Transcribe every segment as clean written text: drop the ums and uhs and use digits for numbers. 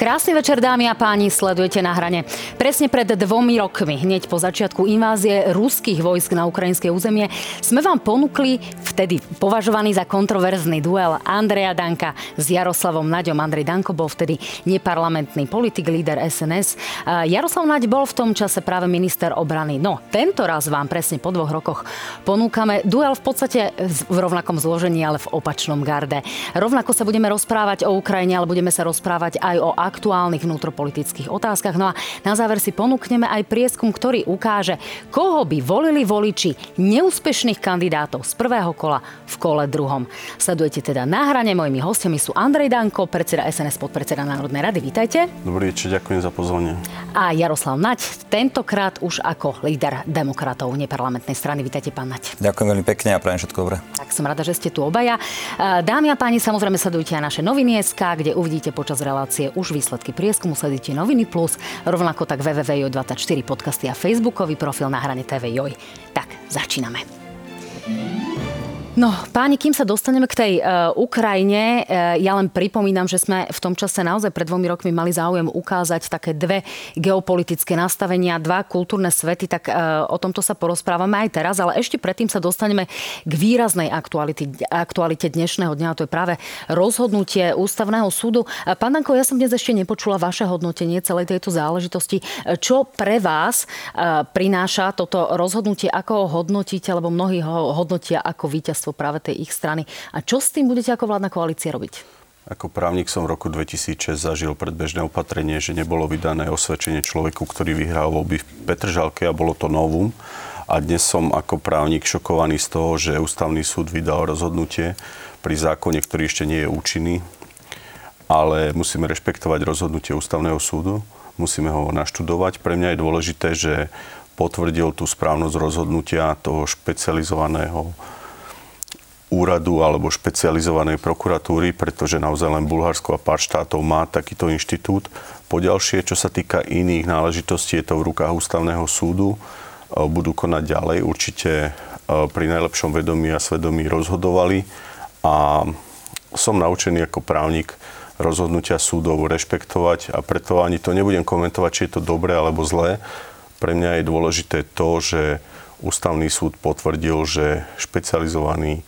Krásny večer, dámy a páni, sledujete Na hrane. Presne pred 2 rokmi, hneď po začiatku invázie ruských vojsk na ukrajinské územie, sme vám ponúkli vtedy považovaný za kontroverzný duel Andreja Danka s Jaroslavom Naďom. Andrej Danko bol vtedy neparlamentný politik, líder SNS. Jaroslav Naď bol v tom čase práve minister obrany. No, tento raz vám presne po 2 rokoch ponúkame duel v podstate v rovnakom zložení, ale v opačnom garde. Rovnako sa budeme rozprávať o Ukrajine, ale budeme sa rozprávať aj o aktuálnych vnútropolitických otázkach. No a na záver si ponúkneme aj prieskum, ktorý ukáže, koho by volili voliči neúspešných kandidátov z prvého kola v kole druhom. Sledujete teda Na hrane. Mojimi hostiami sú Andrej Danko, predseda SNS, podpredseda Národnej rady. Vítajte. Dobrý večer, ďakujem za pozvanie. A Jaroslav Naď, tentokrát už ako líder demokratov neparlamentnej strany. Vítajte, pán Naď. Ďakujem veľmi pekne a prajem všetko dobré. Tak som rada, že ste tu obaja. Dámy a páni, samozrejme sledujte aj naše Noviny.sk, kde uvidíte počas relácie už výsledky prieskumu. Sledujte Noviny Plus, rovnako tak www.joj24 podcasty a facebookový profil Na hrane TV Joj. Tak, začíname. No, páni, kým sa dostaneme k tej Ukrajine, ja len pripomínam, že sme v tom čase naozaj pred 2 rokmi mali záujem ukázať také 2 geopolitické nastavenia, 2 kultúrne svety, tak o tomto sa porozprávame aj teraz, ale ešte predtým sa dostaneme k výraznej aktualite dnešného dňa, a to je práve rozhodnutie Ústavného súdu. Pán Danko, ja som dnes ešte nepočula vaše hodnotenie celej tejto záležitosti. Čo pre vás prináša toto rozhodnutie, ako ho hodnotíte, lebo mnohí ho hodnotia ako víťaz práve tej ich strany. A čo s tým budete ako vládna koalícia robiť? Ako právnik som v roku 2006 zažil predbežné opatrenie, že nebolo vydané osvedčenie človeku, ktorý vyhral voľby v Petržalke, a bolo to novum. A dnes som ako právnik šokovaný z toho, že Ústavný súd vydal rozhodnutie pri zákone, ktorý ešte nie je účinný. Ale musíme rešpektovať rozhodnutie Ústavného súdu. Musíme ho naštudovať. Pre mňa je dôležité, že potvrdil tú správnosť rozhodnutia toho špecializovaného úradu alebo špecializovanej prokuratúry, pretože naozaj len Bulharsko a pár štátov má takýto inštitút. Poďalšie, čo sa týka iných náležitostí, je to v rukách Ústavného súdu. Budú konať ďalej. Určite pri najlepšom vedomí a svedomí rozhodovali. A som naučený ako právnik rozhodnutia súdov rešpektovať, a preto ani to nebudem komentovať, či je to dobré alebo zlé. Pre mňa je dôležité to, že Ústavný súd potvrdil, že špecializovaný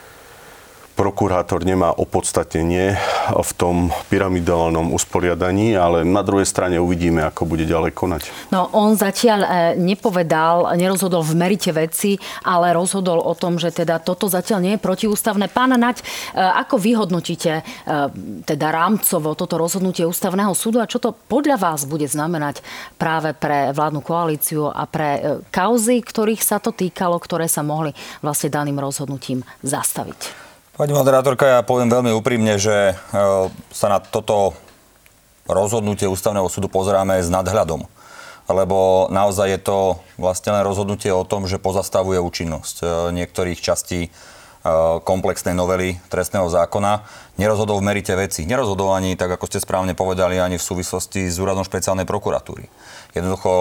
prokurátor nemá opodstatnenie v tom pyramidálnom usporiadaní, ale na druhej strane uvidíme, ako bude ďalej konať. No, on zatiaľ nerozhodol v merite veci, ale rozhodol o tom, že teda toto zatiaľ nie je protiústavné. Pán Naď, ako vyhodnotíte teda rámcovo toto rozhodnutie Ústavného súdu a čo to podľa vás bude znamenať práve pre vládnu koalíciu a pre kauzy, ktorých sa to týkalo, ktoré sa mohli vlastne daným rozhodnutím zastaviť? Pani moderátorka, ja poviem veľmi úprimne, že sa na toto rozhodnutie Ústavného súdu pozeráme s nadhľadom. Lebo naozaj je to vlastne len rozhodnutie o tom, že pozastavuje účinnosť niektorých častí komplexnej novely trestného zákona. Nerozhodol v merite veci. Nerozhodol ani, tak ako ste správne povedali, ani v súvislosti s úradom špeciálnej prokuratúry. Jednoducho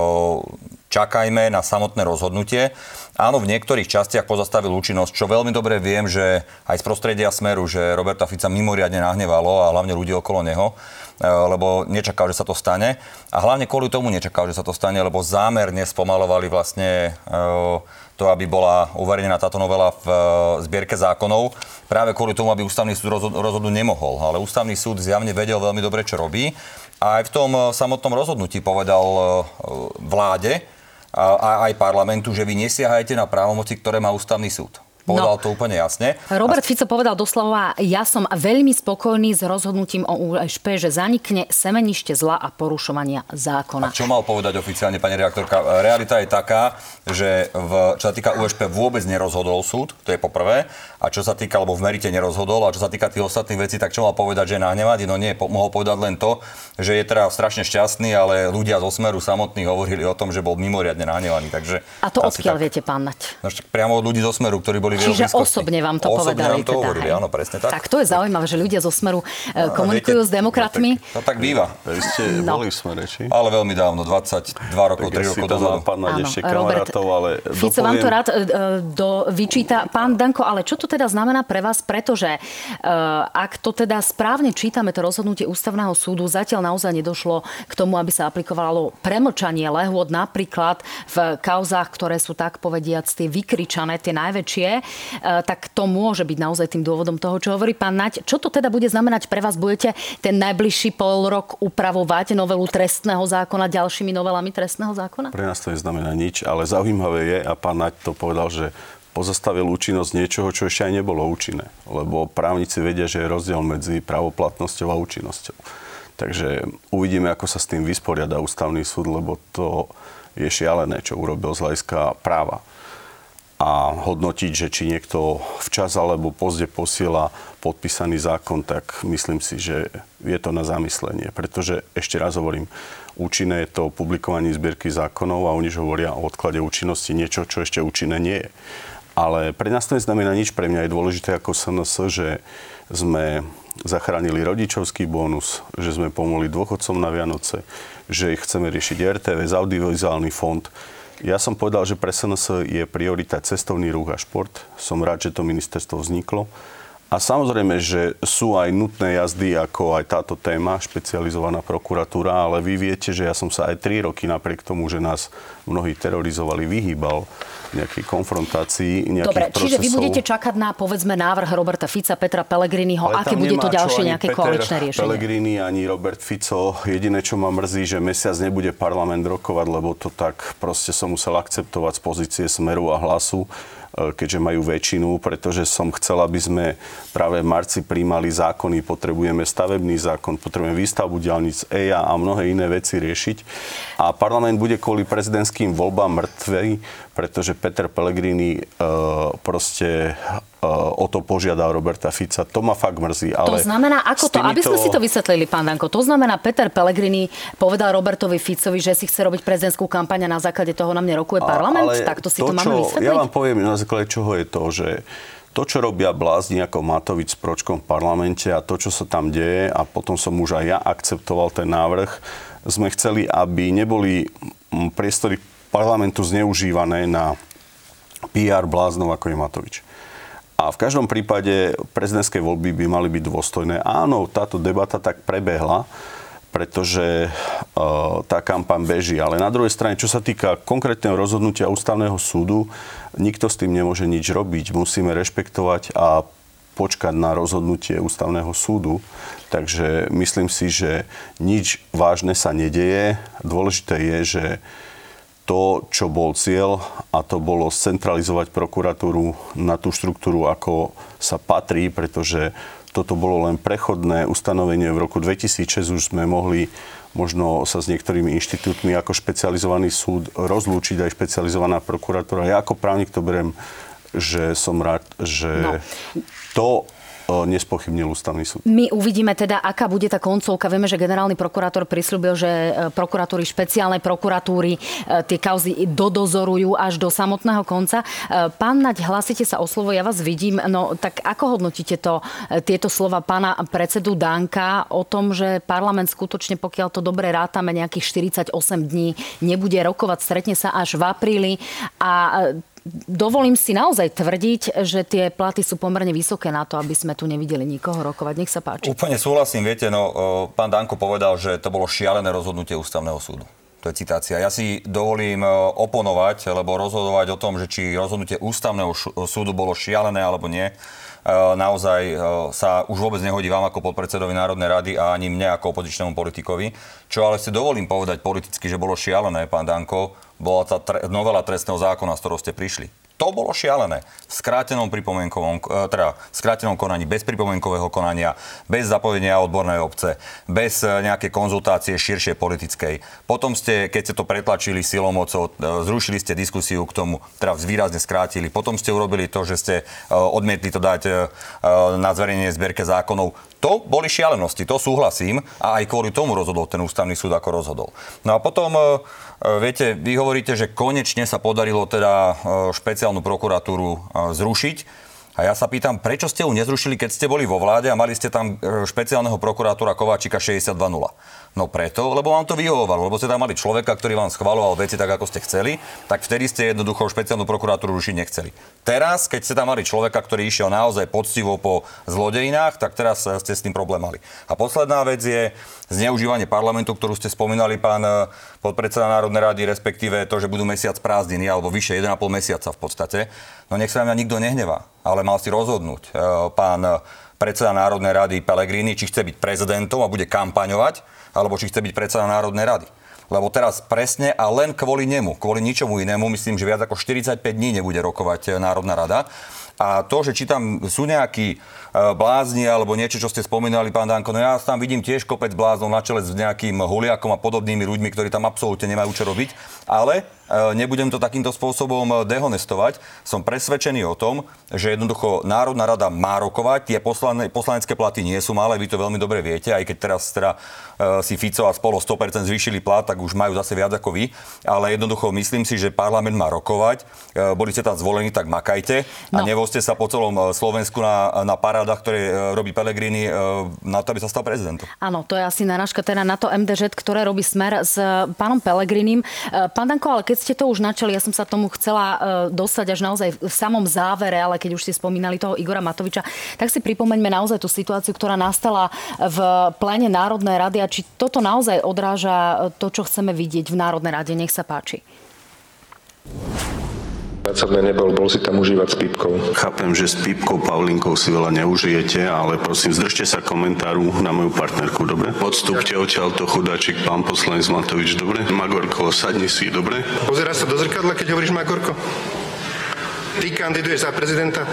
čakajme na samotné rozhodnutie. Áno, v niektorých častiach pozastavil účinnosť, čo veľmi dobre viem, že aj z prostredia Smeru, že Roberta Fica mimoriadne nahnevalo a hlavne ľudí okolo neho, lebo nečakal, že sa to stane. A hlavne kvôli tomu nečakal, že sa to stane, lebo zámerne spomalovali vlastne to, aby bola uverejnená táto novela v zbierke zákonov, práve kvôli tomu, aby Ústavný súd rozhodnúť nemohol. Ale Ústavný súd zjavne vedel veľmi dobre, čo robí. A aj v tom samotnom rozhodnutí povedal vláde a aj parlamentu, že vy nesiahajte na právomoci, ktoré má Ústavný súd. Povedal to úplne jasne. Robert Fico povedal doslova, ja som veľmi spokojný s rozhodnutím o USP, že zanikne semenište zla a porušovania zákona. A čo mal povedať oficiálne, pani redaktorka? Realita je taká, že čo sa týka USP vôbec nerozhodol súd, to je poprvé. A čo sa týka, lebo v merite nerozhodol, a čo sa týka tých ostatných vecí, tak čo mal povedať, že je nahnevaný? No nie, mohol povedať len to, že je teda strašne šťastný, ale ľudia zo Smeru samotní hovorili o tom, že bol mimoriadne nahnevaný. Takže a to odkiaľ viete, pán Naď? No, priamo od ľudí zo Smeru, ktorí boli Čiže osobne vám to povedali. Osobne nám to hovorili, áno, presne tak. Tak to je zaujímavé, že ľudia zo Smeru komunikujú s demokratmi. To tak býva. Vy ste boli v Smere, či? Ale veľmi dávno, 22 rokov, 3 rokov dozadu. Ešte kamarátov, ale Fico vám to rád vyčíta. Pán Danko, ale čo to teda znamená pre vás? Pretože ak to teda správne čítame, to rozhodnutie Ústavného súdu, zatiaľ naozaj nedošlo k tomu, aby sa aplikovalo premlčanie lehôd, napríklad v kauzách, ktoré sú tak povediac tie vykričané, tie najväčšie, tak to môže byť naozaj tým dôvodom toho, čo hovorí pán Naď. Čo to teda bude znamenať pre vás? Budete ten najbližší pol rok upravovať novelu trestného zákona ďalšími novelami trestného zákona? Pre nás to neznamená nič, ale zaujímavé je, a pán Naď to povedal, že pozastavil účinnosť niečoho, čo ešte aj nebolo účinné. Lebo právnici vedia, že je rozdiel medzi právoplatnosťou a účinnosťou. Takže uvidíme, ako sa s tým vysporiada Ústavný súd, lebo to je šialené, čo urobil z hľadiska práva. A hodnotiť, že či niekto včas alebo pozde posiela podpísaný zákon, tak myslím si, že je to na zamyslenie. Pretože, ešte raz hovorím, účinné je to publikovanie zbierky zákonov a oni už hovoria o odklade účinnosti niečo, čo ešte účinné nie je. Ale pre nás to neznamená nič. Pre mňa je dôležité ako SNS, že sme zachránili rodičovský bonus, že sme pomohli dôchodcom na Vianoce, že chceme riešiť RTV, audiovizuálny fond. Ja som povedal, že pre SNS je priorita cestovný ruch a šport. Som rád, že to ministerstvo vzniklo. A samozrejme, že sú aj nutné jazdy, ako aj táto téma, špecializovaná prokuratúra, ale vy viete, že ja som sa aj 3 roky napriek tomu, že nás mnohí terorizovali, vyhýbal nejakej konfrontácii, nejakých Dobre, procesov. čiže vy budete čakať na, povedzme, návrh Roberta Fica, Petra Pellegriniho, aké bude to ďalšie nejaké koaličné riešenie? Pellegrini ani Robert Fico. Jediné, čo ma mrzí, že mesiac nebude parlament rokovať, lebo to tak proste som musel akceptovať z pozície Smeru a Hlasu, keďže majú väčšinu, pretože som chcel, aby sme práve v marci prijímali zákony, potrebujeme stavebný zákon, potrebujeme výstavbu diaľnic EIA a mnohé iné veci riešiť. A parlament bude kvôli prezidentským voľbám mŕtvej, pretože Peter Pellegrini o to požiadal Roberta Fica. To ma fakt mrzí. Ale to znamená, ako to, aby sme si to vysvetlili, pán Danko, to znamená, Peter Pellegrini povedal Robertovi Ficovi, že si chce robiť prezidentskú kampaň a na základe toho na mne rokuje parlament? Takto si to máme vysvetliť? Ja vám poviem, na základe čoho je to, že to, čo robia blázni ako Matovič s Pročkom v parlamente a to, čo sa tam deje, a potom som už aj ja akceptoval ten návrh, sme chceli, aby neboli priestory parlamentu zneužívané na PR bláznov, ako je Matovič. A v každom prípade prezidentské voľby by mali byť dôstojné. Áno, táto debata tak prebehla, pretože tá kampaň beží. Ale na druhej strane, čo sa týka konkrétneho rozhodnutia Ústavného súdu, nikto s tým nemôže nič robiť. Musíme rešpektovať a počkať na rozhodnutie Ústavného súdu. Takže myslím si, že nič vážne sa nedeje. Dôležité je, že to, čo bol cieľ, a to bolo centralizovať prokuratúru na tú štruktúru, ako sa patrí, pretože toto bolo len prechodné ustanovenie. V roku 2006 už sme mohli možno sa s niektorými inštitútmi ako špecializovaný súd rozlúčiť aj špecializovaná prokuratúra. Ja ako právnik to beriem, že som rád, že to nespochybnil Ústavný súd. My uvidíme teda, aká bude tá koncovka. Vieme, že generálny prokurátor prisľúbil, že prokuratúry, špeciálnej prokuratúry tie kauzy dodozorujú až do samotného konca. Pán Naď, hlasíte sa o slovo, ja vás vidím. No tak ako hodnotíte tieto slova pána predsedu Danka o tom, že parlament skutočne, pokiaľ to dobre rátame, nejakých 48 dní nebude rokovať, stretne sa až v apríli a dovolím si naozaj tvrdiť, že tie platy sú pomerne vysoké na to, aby sme tu nevideli nikoho rokovať. Nech sa páči. Úplne súhlasím. Viete, pán Danko povedal, že to bolo šialené rozhodnutie Ústavného súdu. To je citácia. Ja si dovolím oponovať, lebo rozhodovať o tom, že či rozhodnutie Ústavného súdu bolo šialené alebo nie, naozaj sa už vôbec nehodí vám ako podpredsedovi Národnej rady a ani mne ako opozičnému politikovi. Čo ale si dovolím povedať politicky, že bolo šialené, pán Danko, bola tá novela trestného zákona, s ktorou ste prišli. To bolo šialené. V skrátenom konaní, bez pripomienkového konania, bez zapojenia odbornej obce, bez nejakej konzultácie širšej politickej. Potom keď ste to pretlačili silou mocou, zrušili ste diskusiu k tomu, teda výrazne skrátili. Potom ste urobili to, že ste odmietli to dať na zverejnenie zbierke zákonov. To boli šialenosti, to súhlasím a aj kvôli tomu rozhodol ten Ústavný súd, ako rozhodol. No a potom, viete, vy hovoríte, že konečne sa podarilo teda špeciálnu prokuratúru zrušiť. A ja sa pýtam, prečo ste ju nezrušili, keď ste boli vo vláde a mali ste tam špeciálneho prokurátora Kováčika 62.0? No preto, lebo vám to vyhovovalo, lebo ste tam mali človeka, ktorý vám schvaľoval veci tak, ako ste chceli, tak vtedy ste jednoducho špeciálnu prokuratúru rušiť nechceli. Teraz, keď ste tam mali človeka, ktorý išiel naozaj poctivo po zlodejinách, tak teraz ste s tým problém mali. A posledná vec je zneužívanie parlamentu, ktorú ste spomínali, pán podpredseda Národnej rady, respektíve to, že budú mesiac prázdniny, alebo vyše 1,5 mesiaca v podstate. No nech sa na mňa nikto nehnevá, ale mal si rozhodnúť pán predseda Národnej rady Pellegrini, či chce byť prezidentom a bude kampaňovať, alebo či chce byť predseda Národnej rady. Lebo teraz presne a len kvôli nemu, kvôli ničomu inému, myslím, že viac ako 45 dní nebude rokovať Národná rada. A to, že či tam sú nejakí blázni alebo niečo, čo ste spomínali, pán Danko, no ja tam vidím tiež kopec bláznov na čele s nejakým Huliakom a podobnými ľuďmi, ktorí tam absolútne nemajú čo robiť, ale nebudem to takýmto spôsobom dehonestovať. Som presvedčený o tom, že jednoducho Národná rada má rokovať, tie poslanecké platy nie sú malé, vy to veľmi dobre viete, aj keď teraz si Fico a spolu 100% zvýšili plat, tak už majú zase viac ako vy, ale jednoducho myslím si, že parlament má rokovať, boli ste tam zvolení, tak makajte a nevozte sa po celom Slovensku na parádach, ktoré robí Pellegrini na to, aby sa stal prezidentom. Áno, to je asi narážka teda na to MDŽ, ktoré robí Smer s pánom Pellegrinim. Pán Danko, ale keď ste to už načali, ja som sa tomu chcela dostať až naozaj v samom závere, ale keď už ste spomínali toho Igora Matoviča, tak si pripomeňme naozaj tú situáciu, ktorá nastala v pléne Národnej rady a či toto naozaj odráža to, čo chceme vidieť v Národnej rade. Nech sa páči. Som nebol si tam užívať s pípkou. Chápem, že s pípkou Pavlinkou si veľa neužijete, ale prosím, zdržte sa komentáru na moju partnerku, dobre? Odstúpte odtiaľto, chudáčik, pán poslanec Matovič, dobre? Magorko, sadni si, dobre? Pozeráš sa do zrkadla, keď hovoríš Magorko? Ty kandiduješ za prezidenta?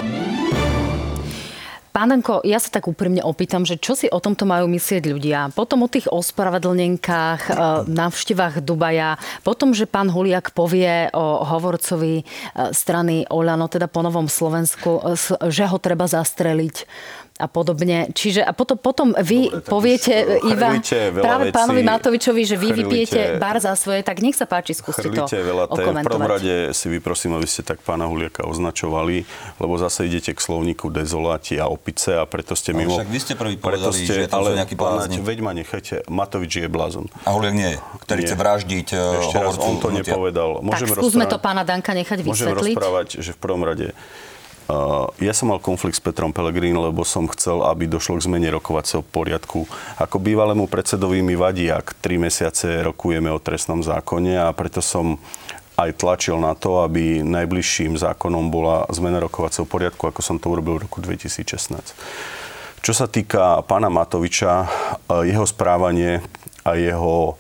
Pán Danko, ja sa tak úprimne opýtam, že čo si o tomto majú myslieť ľudia? Potom o tých ospravedlnenkách, návštevách Dubaja, potom, že pán Huliak povie o hovorcovi strany Oľano, teda po Novom Slovensku, že ho treba zastreliť a podobne. Čiže a potom vy poviete Iva práve pánovi Matovičovi, že vy vypijete bar za svoje, tak nech sa páči, skúste to okomentovať. V prvom rade si vyprosím, aby ste tak pána Huliaka označovali, lebo zase idete k slovníku dezoláti a opice a preto ste mimo. Však vy ste prvý povedali, že to sú nejaký blázni. Veď ma nechajte, Matovič je blázon. A Huliak nie je, ktorý chce vraždiť ešte raz, on to nepovedal. Tak skúsme to pána Danka nechať vysvetliť. Môžem rozprávať, že v prvom rade ja som mal konflikt s Petrom Pellegrinim, lebo som chcel, aby došlo k zmene rokovacieho poriadku. Ako bývalému predsedovi mi vadí, ak 3 mesiace rokujeme o trestnom zákone a preto som aj tlačil na to, aby najbližším zákonom bola zmena rokovacieho poriadku, ako som to urobil v roku 2016. Čo sa týka pána Matoviča, jeho správanie a jeho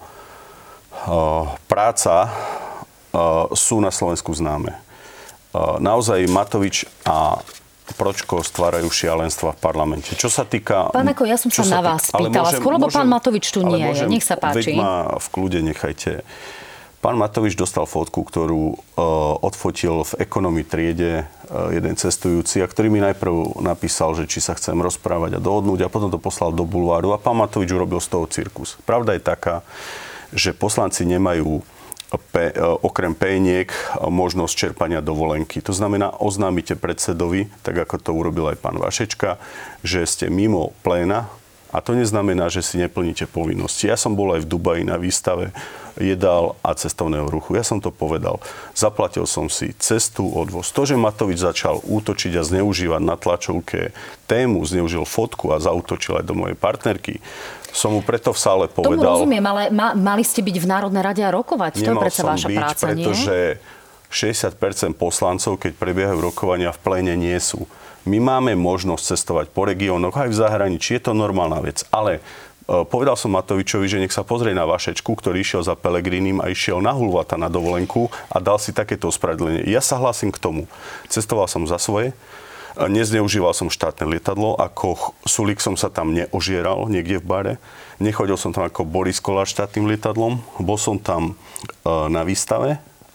práca sú na Slovensku známe. Naozaj Matovič a Pročko stvárajú šialenstva v parlamente. Čo sa týka... Pán Ako, ja som sa na vás pýtala. Skôr, lebo pán Matovič tu nie je. Nech sa páči. Veď ma v kľude nechajte. Pán Matovič dostal fotku, ktorú odfotil v ekonomii triede jeden cestujúci, a ktorý mi najprv napísal, že či sa chcem rozprávať a dohodnúť, a potom to poslal do bulváru a pán Matovič urobil z toho cirkus. Pravda je taká, že poslanci nemajú okrem peniek možnosť čerpania dovolenky. To znamená, oznámite predsedovi, tak ako to urobil aj pán Vašečka, že ste mimo pléna, a to neznamená, že si neplníte povinnosti. Ja som bol aj v Dubaji na výstave jedál a cestovného ruchu. Ja som to povedal. Zaplatil som si cestu, odvoz. To, že Matovič začal útočiť a zneužívať na tlačovke tému, zneužil fotku a zaútočil aj do mojej partnerky, som mu preto v sále povedal... Tomu rozumiem, ale mali ste byť v Národnej rade a rokovať. To je predsa vaša práca, nie? Pretože 60% poslancov, keď prebiehajú rokovania, v pléne nie sú. My máme možnosť cestovať po regiónoch aj v zahraničí. Je to normálna vec. Ale povedal som Matovičovi, že nech sa pozrie na Vašečku, ktorý išiel za Pellegrinim a išiel na Hulvata na dovolenku a dal si takéto ospravedlnenie. Ja sa hlásim k tomu. Cestoval som za svoje. Nezneužíval som štátne lietadlo, ako Sulík som sa tam neožieral niekde v bare. Nechodil som tam ako Boris Kolář štátnym lietadlom. Bol som tam na výstave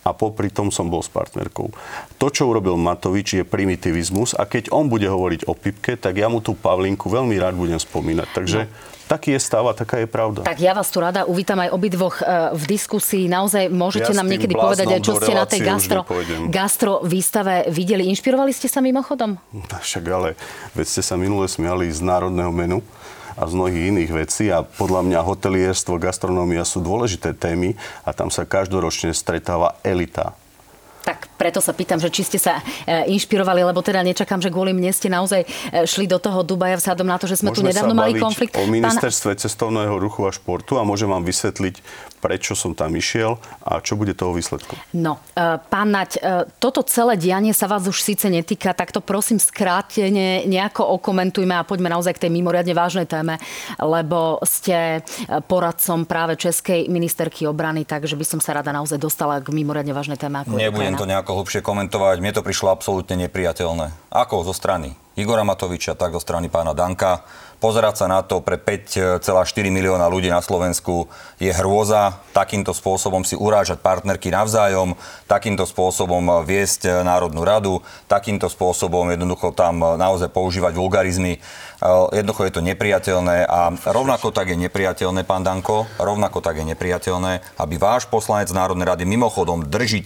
a popri tom som bol s partnerkou. To, čo urobil Matovič, je primitivizmus a keď on bude hovoriť o Pipke, tak ja mu tú Pavlinku veľmi rád budem spomínať. Takže taký je stav a taká je pravda. Tak ja vás tu rada uvítam aj obidvoch v diskusii. Naozaj môžete nám niekedy povedať, aj čo ste na tej gastro výstave videli. Inšpirovali ste sa mimochodom? Však ale veď ste sa minule smiali z národného menu a z mnohých iných vecí a podľa mňa hotelierstvo, gastronómia sú dôležité témy a tam sa každoročne stretáva elita. Tak preto sa pýtam, že či ste sa inšpirovali, lebo teda nečakám, že kvôli mne ste naozaj šli do toho Dubaja vzhľadom na to, že sme tu nedávno mali konflikt. O ministerstve cestovného ruchu a športu a môžem vám vysvetliť, prečo som tam išiel a čo bude toho výsledku. No, pán Naď, toto celé dianie sa vás už síce netýka, tak to prosím skrátene nejako okomentujme a poďme naozaj k tej mimoriadne vážnej téme, lebo ste poradcom práve českej ministerky obrany, takže by som sa rada naozaj dostala k mimoriadne vážnej téme. Nebudem to nejako hlbšie komentovať. Mne to prišlo absolútne nepriateľné. Ako zo strany Igora Matoviča, tak zo strany pána Danka. Pozerať sa na to pre 5,4 milióna ľudí na Slovensku je hrôza. Takýmto spôsobom si urážať partnerky navzájom, takýmto spôsobom viesť Národnú radu, takýmto spôsobom jednoducho tam naozaj používať vulgarizmy. Jednoducho je to nepriateľné a rovnako tak je nepriateľné, pán Danko, rovnako tak je nepriateľné, aby váš poslanec Národnej rady, mimochodom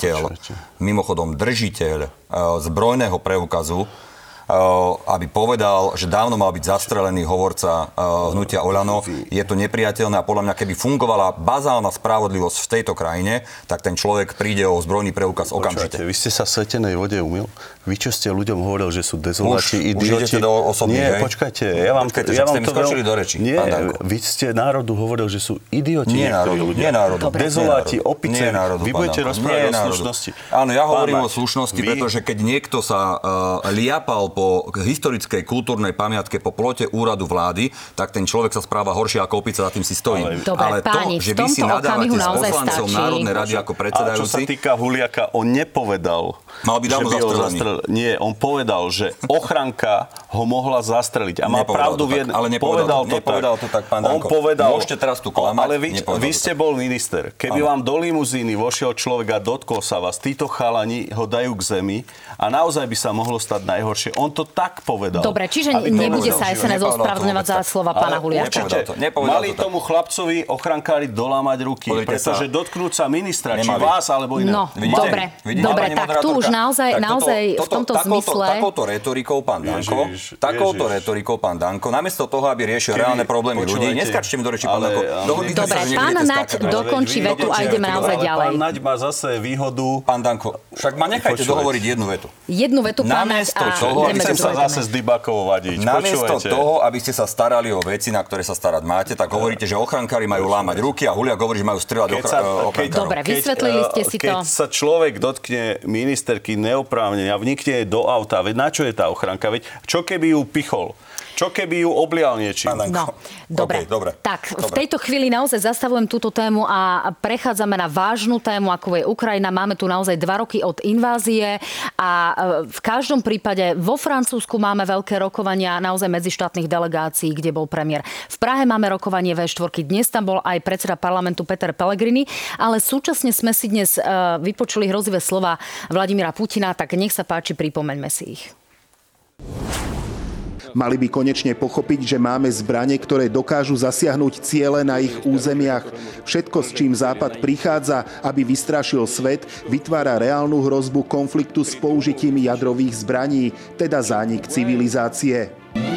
držiteľ zbrojného preukazu, aby povedal, že dávno mal byť zastrelený hovorca hnutia Oľano. Je to nepriateľné a podľa mňa, keby fungovala bazálna spravodlivosť v tejto krajine, tak ten človek príde o zbrojný preukaz okamžite. Vy ste sa v svetenej vode umyl? Vy čo ste ľuďom hovorili, že sú dezoláti, idioti? Už idete do osobných, Nie, počkajte. Ja vám ste mi skočili do reči, Nie, pán Danko. Vy ste národu hovorili, že sú idioti. Nie národu. Dezoláti, opice. Vy budete rozprávať o slušnosti. Áno, ja hovorím o slušnosti, pretože keď niekto sa liapal po historickej kultúrnej pamiatke po plote úradu vlády, tak ten človek sa správa horšie ako opica, za tým si stojím. Dobre, ale páni, to, že vy si nadávate s poslancom Národnej rady ako predsedajúci... Ale čo sa týka Huliaka, on nepovedal, mal byť dávno zastrelený. Nie, on povedal, že ochranka ho mohla zastreliť. A má pravdu ale nepovedal to tak, pán Danko. On povedal, môžete teraz tu klamať. Ale vy ste bol minister. Keby vám do limuzíny vošiel človek a dotkol sa vás, títo chalani ho dajú k zemi a naozaj by sa mohlo stať najhoršie. On to tak povedal. Dobre, čiže nebude sa SNS ospravedlňovať za slova pána Huliaka. Mali tomu chlapcovi ochrankári dolámať ruky, pretože dotknúť sa ministra, či vás, alebo iné. No, dobre, tak tu už naozaj v tomto zmysle... Takouto retorikou, pán Danko, namiesto toho, aby riešil reálne problémy ľudí, neskačte mi do reči, pán Danko. Dobre, pán Naď dokončí vetu a ideme naozaj ďalej. Pán Naď má zase výhodu... Pán Danko, však ma nechajte dohovoriť jednu vetu. Jednu vetu, pán Naď, a ideme sa zase s Dybákovou vadiť. Namiesto toho, aby ste sa starali o veci, na ktoré sa starať máte, tak hovoríte, že ochrankári majú lámať ruky a Huliak hovorí, že majú strieľať ochrankárov. Dobre, vysvetlili ste si to. Keď sa človek dotkne ministerky neoprávnene a vnikne do auta, veď na čo je tá ochranka? Veď čo keby ju pichol? Čo keby ju oblial niečím? No, dobre. Tak, v tejto chvíli naozaj zastavujem túto tému a prechádzame na vážnu tému, ako je Ukrajina. Máme tu naozaj 2 roky od invázie a v každom prípade vo Francúzsku máme veľké rokovania naozaj medzištátnych delegácií, kde bol premiér. V Prahe máme rokovanie V4. Dnes tam bol aj predseda parlamentu Peter Pellegrini, ale súčasne sme si dnes vypočuli hrozivé slova Vladimíra Putina, tak nech sa páči, pripomeňme si ich. Mali by konečne pochopiť, že máme zbrane, ktoré dokážu zasiahnuť ciele na ich územiach. Všetko, s čím Západ prichádza, aby vystrašil svet, vytvára reálnu hrozbu konfliktu s použitím jadrových zbraní, teda zánik civilizácie.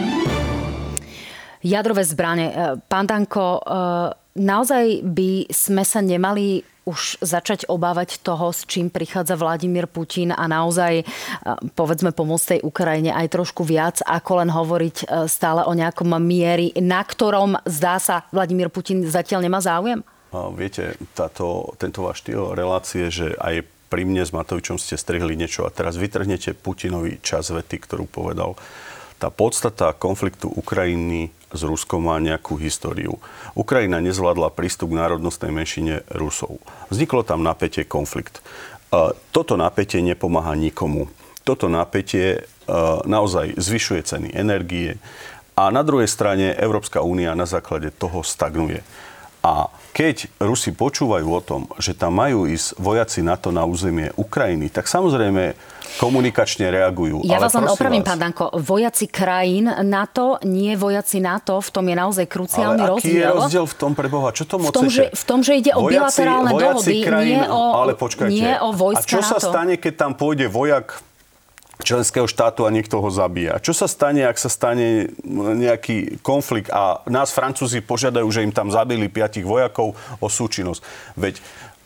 Jadrové zbrane. Pán Danko, naozaj by sme sa nemali už začať obávať toho, s čím prichádza Vladimír Putin a naozaj, povedzme, pomôcť tej Ukrajine aj trošku viac, ako len hovoriť stále o nejakom mieri, na ktorom, zdá sa, Vladimír Putin zatiaľ nemá záujem? Viete, tento váš štýl relácie, že aj pri mne s Matovičom ste strihli niečo a teraz vytrhnete Putinovi čas vety, ktorú povedal. Tá podstata konfliktu Ukrajiny s Ruskom má nejakú históriu. Ukrajina nezvládla prístup k národnostnej menšine Rusov. Vzniklo tam napätie, konflikt. Toto napätie nepomáha nikomu. Toto napätie naozaj zvyšuje ceny energie a na druhej strane Európska únia na základe toho stagnuje. A keď Rusi počúvajú o tom, že tam majú ísť vojaci NATO na územie Ukrajiny, tak samozrejme komunikačne reagujú. Ja vás len opravím, pán Danko. Vojaci krajín NATO, nie vojaci NATO, v tom je naozaj kruciálny rozdiel. Ale aký je rozdiel v tom pre Boha? Čo tomu chcete? V tom, že ide o bilaterálne dohody, krajín, nie o vojska NATO. A čo sa stane, keď tam pôjde vojak členského štátu a niekto ho zabíja? Čo sa stane, ak sa stane nejaký konflikt a nás Francúzi požiadajú, že im tam zabili 5 vojakov o súčinnosť? Veď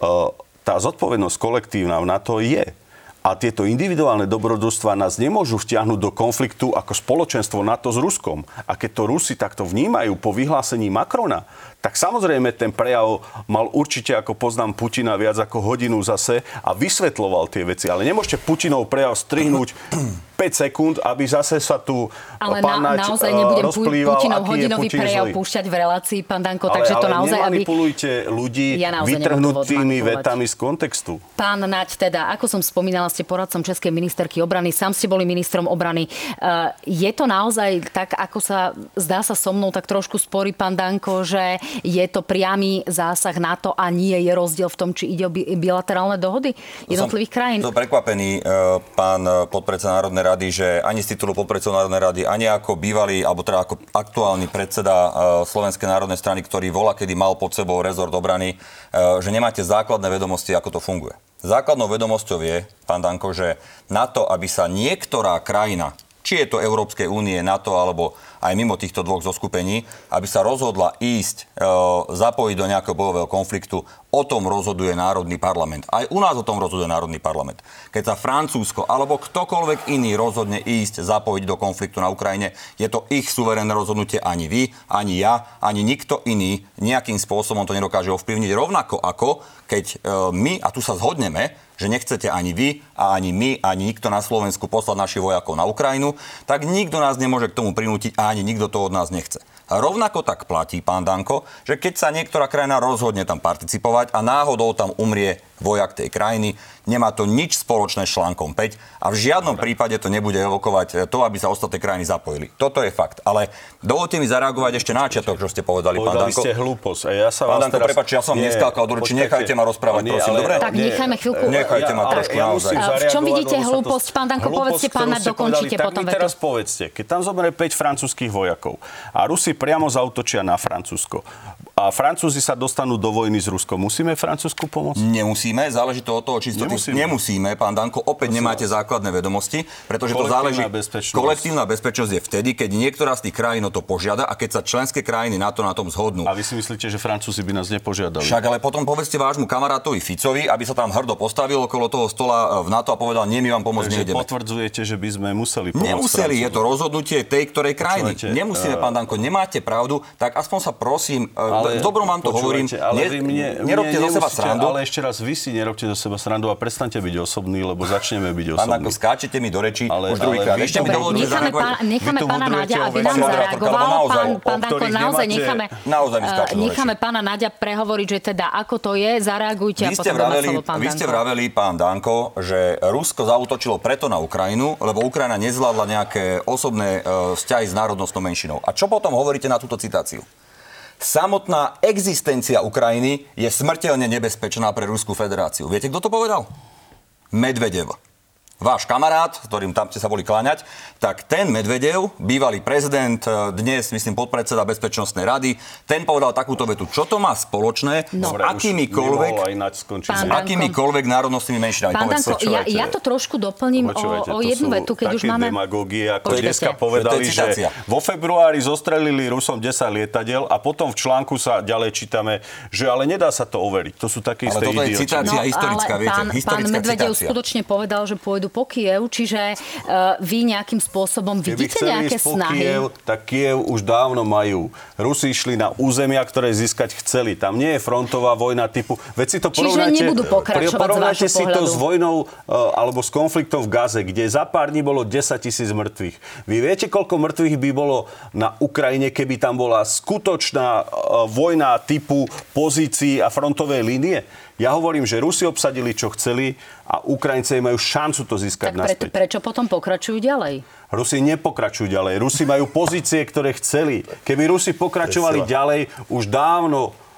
tá zodpovednosť kolektívna v NATO je. A tieto individuálne dobrodružstvá nás nemôžu vtiahnuť do konfliktu ako spoločenstvo NATO s Ruskom. A keď to Rusi takto vnímajú po vyhlásení Macrona, tak samozrejme ten prejav mal určite, ako poznám Putina, viac ako hodinu zase a vysvetľoval tie veci. Ale nemôžete Putinov prejav strihnúť 5 sekúnd, aby zase sa tu pán Naď naozaj nebudem rozplýval, Putinov aký hodinový je Putin prejav zlý. púšťať v relácii, pán Danko, takže to naozaj, aby... nemanipulujte ľudí vytrhnutými vetami z kontextu. Pán Naď, teda, ako som spomínala, ste poradcom Českej ministerky obrany, sám ste boli ministrom obrany. Je to naozaj tak, ako sa zdá sa so mnou, tak trošku sporí pán Danko, že je to priamy zásah NATO a nie je rozdiel v tom, či ide o bilaterálne dohody jednotlivých krajín? Som prekvapený, pán podpredseda Národnej rady, že ani z titulu podpredsedu Národnej rady, ani ako bývalý, alebo teda ako aktuálny predseda Slovenskej národnej strany, ktorý kedy mal pod sebou rezort obrany, že nemáte základné vedomosti, ako to funguje. Základnou vedomosťou je, pán Danko, že na to, aby sa niektorá krajina, či je to Európskej únie, NATO alebo aj mimo týchto dvoch zoskupení, aby sa rozhodla ísť, zapojiť do nejakého bojového konfliktu, o tom rozhoduje Národný parlament. Aj u nás o tom rozhoduje Národný parlament. Keď sa Francúzsko alebo ktokoľvek iný rozhodne ísť, zapojiť do konfliktu na Ukrajine, je to ich suverénne rozhodnutie. Ani vy, ani ja, ani nikto iný nejakým spôsobom to nedokáže ovplyvniť. Rovnako ako keď my, a tu sa zhodneme, že nechcete ani vy a ani my, ani nikto na Slovensku poslať našich vojakov na Ukrajinu, tak nikto nás nemôže k tomu prinútiť a ani nikto to od nás nechce. A rovnako tak platí, pán Danko, že keď sa niektorá krajina rozhodne tam participovať a náhodou tam umrie vojak tej krajiny, nemá to nič spoločné s článkom 5 a v žiadnom prípade to nebude evokovať to, aby sa ostatné krajiny zapojili. Toto je fakt. Ale dovolte mi zareagovať ešte na začiatok, čo ste povedali, pán Danko. Povedali ste hlúposť. A ja sa pán vás Danko, teraz... prepáčte, ja som neskákal do reči, nechajte ma rozprávať, prosím, dobre? Tak nechajme chvíľku. Nechajte ma trošku, naozaj. V čom vidíte hlúposť? Pán Danko, povedzte, pán Naď, dokončite potom vetu. Tak teraz povedzte, keď tam zomrie 5 francúzskych vojakov a Rusi priamo zaútočia na Francúzsko a Francúzi sa dostanú do vojny s Ruskom, musíme Francúzsku pomôcť? Nemusíme, záleží to od toho, či nemusíme, pán Danko, opäť nemáte základné vedomosti, pretože to záleží. Kolektívna bezpečnosť je vtedy, keď niektorá z tých krajín o to požiada a keď sa členské krajiny NATO na tom zhodnú. A vy si myslíte, že Francúzi by nás nepožiadali? Však ale potom povedzte vášmu kamarátovi Ficovi, aby sa tam hrdo postavil okolo toho stola v NATO a povedal, nie, my vám pomôcť nejdeme. Potvrdzujete, že by sme museli pomôcť. Nemuseli, je to rozhodnutie tej ktorej krajiny. Nemusíme, pán Danko, nemáte pravdu, tak aspoň sa prosím, v dobrom vám to hovorím, nerobte zo seba srandu. Ale ešte raz, vy si nerobte zo seba srandu a prestaňte byť osobný, lebo začneme byť osobní. Pán Danko, skáčete mi do reči už druhýkrát. Ešte mi dovolte zareagovať. Necháme pána Naďa, aby nám zareagoval. Pán Danko, naozaj necháme pána Naďa prehovoriť, že teda ako to je, zareagujte a potom dáme slovo pán Danko. Vy ste vraveli, pán Danko, že Rusko zaútočilo preto na Ukrajinu, lebo Ukrajina nezvládla nejaké osobné vzťahy s národnostnou menšinou. A čo potom hovoríte na túto citáciu? Samotná existencia Ukrajiny je smrteľne nebezpečná pre Ruskú federáciu. Viete, kto to povedal? Medvedev. Váš kamarát, s ktorým tam ste sa boli kláňať, tak ten Medvedev, bývalý prezident, dnes, myslím, podpredseda Bezpečnostnej rady, ten povedal takúto vetu. Čo to má spoločné s akýmikoľvek národnostnými menšinami? Pán Danko, ja to trošku doplním o jednu vetu, keď už máme... Demagógie, ako dneska povedali, že vo februári zostrelili Rusom 10 lietadiel a potom v článku sa ďalej čítame, že ale nedá sa to overiť. To sú také isté idioti. Ale toto je citácia historická, viete, pán Medvedev skutočne povedal, že pôjdu po Kyjev, čiže vy nejakým spôsobom vidíte nejaké snahy? Kiev, tak Kyjev už dávno majú. Rusi išli na územia, ktoré získať chceli. Tam nie je frontová vojna typu... Veď si to čiže nebudú pokračovať z vášho si pohľadu. to s vojnou alebo s konfliktom v Gaze, kde za pár dní bolo 10 000 mŕtvych. Vy viete, koľko mŕtvych by bolo na Ukrajine, keby tam bola skutočná vojna typu pozícií a frontovej línie? Ja hovorím, že Rusi obsadili, čo chceli a Ukrajinci majú šancu to získať naspäť. Prečo potom pokračujú ďalej? Rusi nepokračujú ďalej. Rusi majú pozície, ktoré chceli. Keby Rusi pokračovali ďalej, už dávno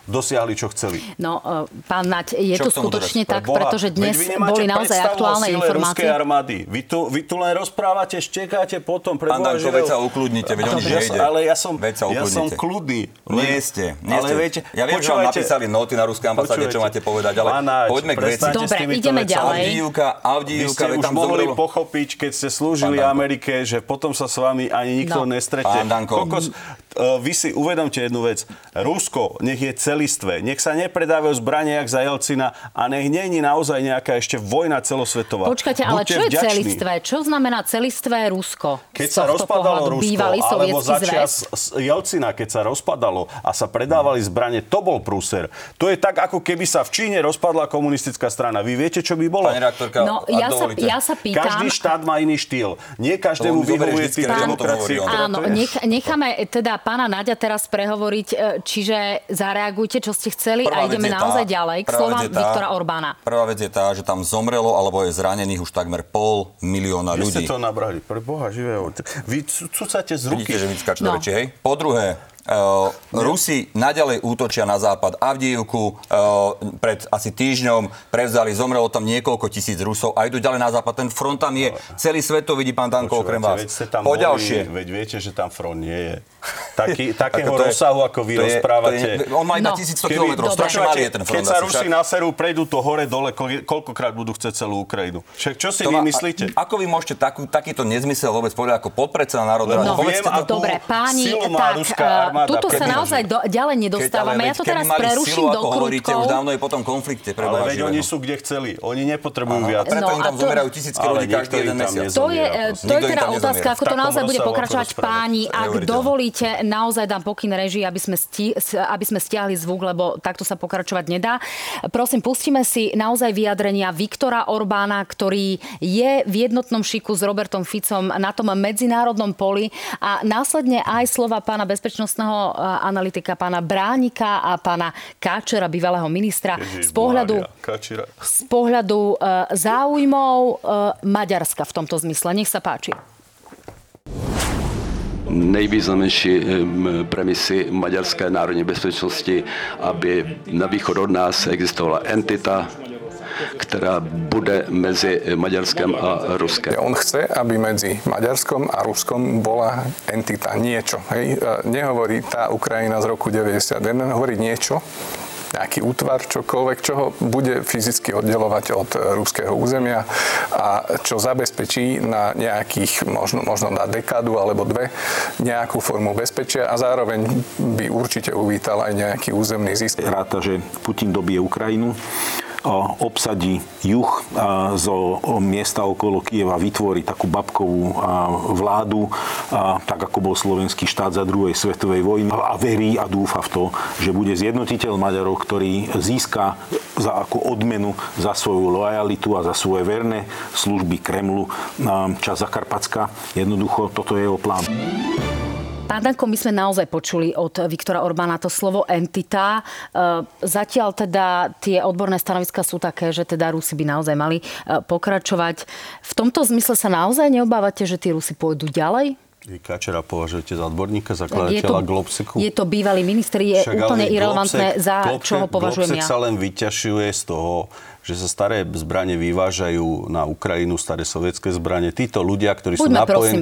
dosiahli, čo chceli. No, pán Naď, je to skutočne tak, Boha, pretože dnes boli naozaj aktuálne informácie. Ruskej armády. Vy tu len rozprávate, štekáte potom. Pán Danko, veď sa ukludnite, veď o nič nejde. Ale ja som kľudný. Nie ste. Ale viete, ja viem, že vám napísali noty na ruskej ambasáde, čo máte povedať, ale poďme k veci. Dobre, ideme ďalej. Avdijivka, vy ste už mohli pochopiť, keď ste slúžili Amerike, že potom sa s vami ani nikto nestretne. Pán Danko. Vy si uvedomte jednu vec. Rusko, nech je celistvé. Nech sa nepredávajú zbranie jak za Jelcina a nech nie je naozaj nejaká ešte vojna celosvetová. Počkajte, ale čo je celistvé? Čo znamená celistvé Rusko? Keď sa rozpadalo Rusko, alebo za čas Jelcina, keď sa rozpadalo a sa predávali zbranie, to bol prúser. To je tak, ako keby sa v Číne rozpadla komunistická strana. Vy viete, čo by bolo? Pani redaktorka, ja sa pýtam... Každý štát má iný štýl. Nie každému vyhovuje typ demokracie. Áno, necháme teda pána Naďa teraz prehovoriť, čiže zareagujte, čo ste chceli a ideme naozaj ďalej k slovám Viktora Orbána. Prvá vec je tá, že tam zomrelo alebo je zranených už takmer 500 000 ľudí. Vy ste to nabrali, pre Boha živého. Vy cucate z ruky. Vidíte, že vyckáč do reči, hej? Po druhé, Rusi naďalej útočia na západ. Avdijivku pred asi týždňom prevzali, zomrelo tam niekoľko tisíc Rusov a idú ďalej na západ. Ten front tam je, celý svet to vidí, pán Danko, okrem vás. Poďalšie. Veď viete, že tam front nie je. Takého rozsahu, ako vy rozprávate. On má iba 1100 km, strašne malý je ten front. Keď sa Rusi naserú, prejdú to hore dole, koľkokrát budú chcieť celú Ukrajinu. Však čo si vy myslíte? Ako vy môžete takýto nezmysel vôbec povedať ako podpredseda Národnej rady? Dobre, páni, tak tuto sa naozaj ďalej nedostávame. Ja to teraz preruším do krútkov. Už dávno je potom konflikte. Ale veď oni sú kde chceli. Oni nepotrebujú viac. Preto im tam zomierajú tisícky ľudí každý jeden mesiac. To je teda otázka, ako to naozaj bude pokračovať. Páni, ak dovolíte, naozaj dám pokyn režii, aby sme stiahli zvuk, lebo takto sa pokračovať nedá. Prosím, pustíme si naozaj vyjadrenia Viktora Orbána, ktorý je v jednotnom šiku s Robertom Ficom na tom medzinárodnom poli a následne aj slova pána bezpečnostného analytika pána Bránika a pána Káčera, bývalého ministra, z pohľadu záujmov Maďarska v tomto zmysle. Nech sa páči. Nejvýznamnější premisy maďarské národní bezpečnosti, aby na východ od nás existovala entita, ktorá bude medzi Maďarskom a Ruskom. On chce, aby medzi Maďarskom a Ruskom bola entita, niečo. Hej? Nehovorí tá Ukrajina z roku 91, hovorí niečo, nejaký útvar, čokoľvek, čo ho bude fyzicky oddelovať od ruského územia a čo zabezpečí na nejakých, možno na dekádu alebo dve, nejakú formu bezpečia a zároveň by určite uvítal aj nejaký územný zisk. Ráta, že Putin dobije Ukrajinu, obsadí juh zo miesta okolo Kyjeva, vytvorí takú babkovú vládu, tak ako bol slovenský štát za druhej svetovej vojny a verí a dúfa v to, že bude zjednotiteľ Maďarov, ktorý získa za ako odmenu za svoju lojalitu a za svoje verné služby Kremlu časť Zakarpatska. Jednoducho, toto je jeho plán. Pán Danko, my sme naozaj počuli od Viktora Orbána to slovo entita. Zatiaľ teda tie odborné stanoviská sú také, že teda Rusi by naozaj mali pokračovať. V tomto zmysle sa naozaj neobávate, že tí Rusi pôjdu ďalej? Vy Káčera považujete za odborníka, zakladateľa Globseku? Je to bývalý minister, je úplne irelevantné, za čo ho považujem ja. Globsek sa len vyťažuje z toho, že sa staré zbrane vyvážajú na Ukrajinu, staré sovietské zbrane. Títo ľudia, ktorí sú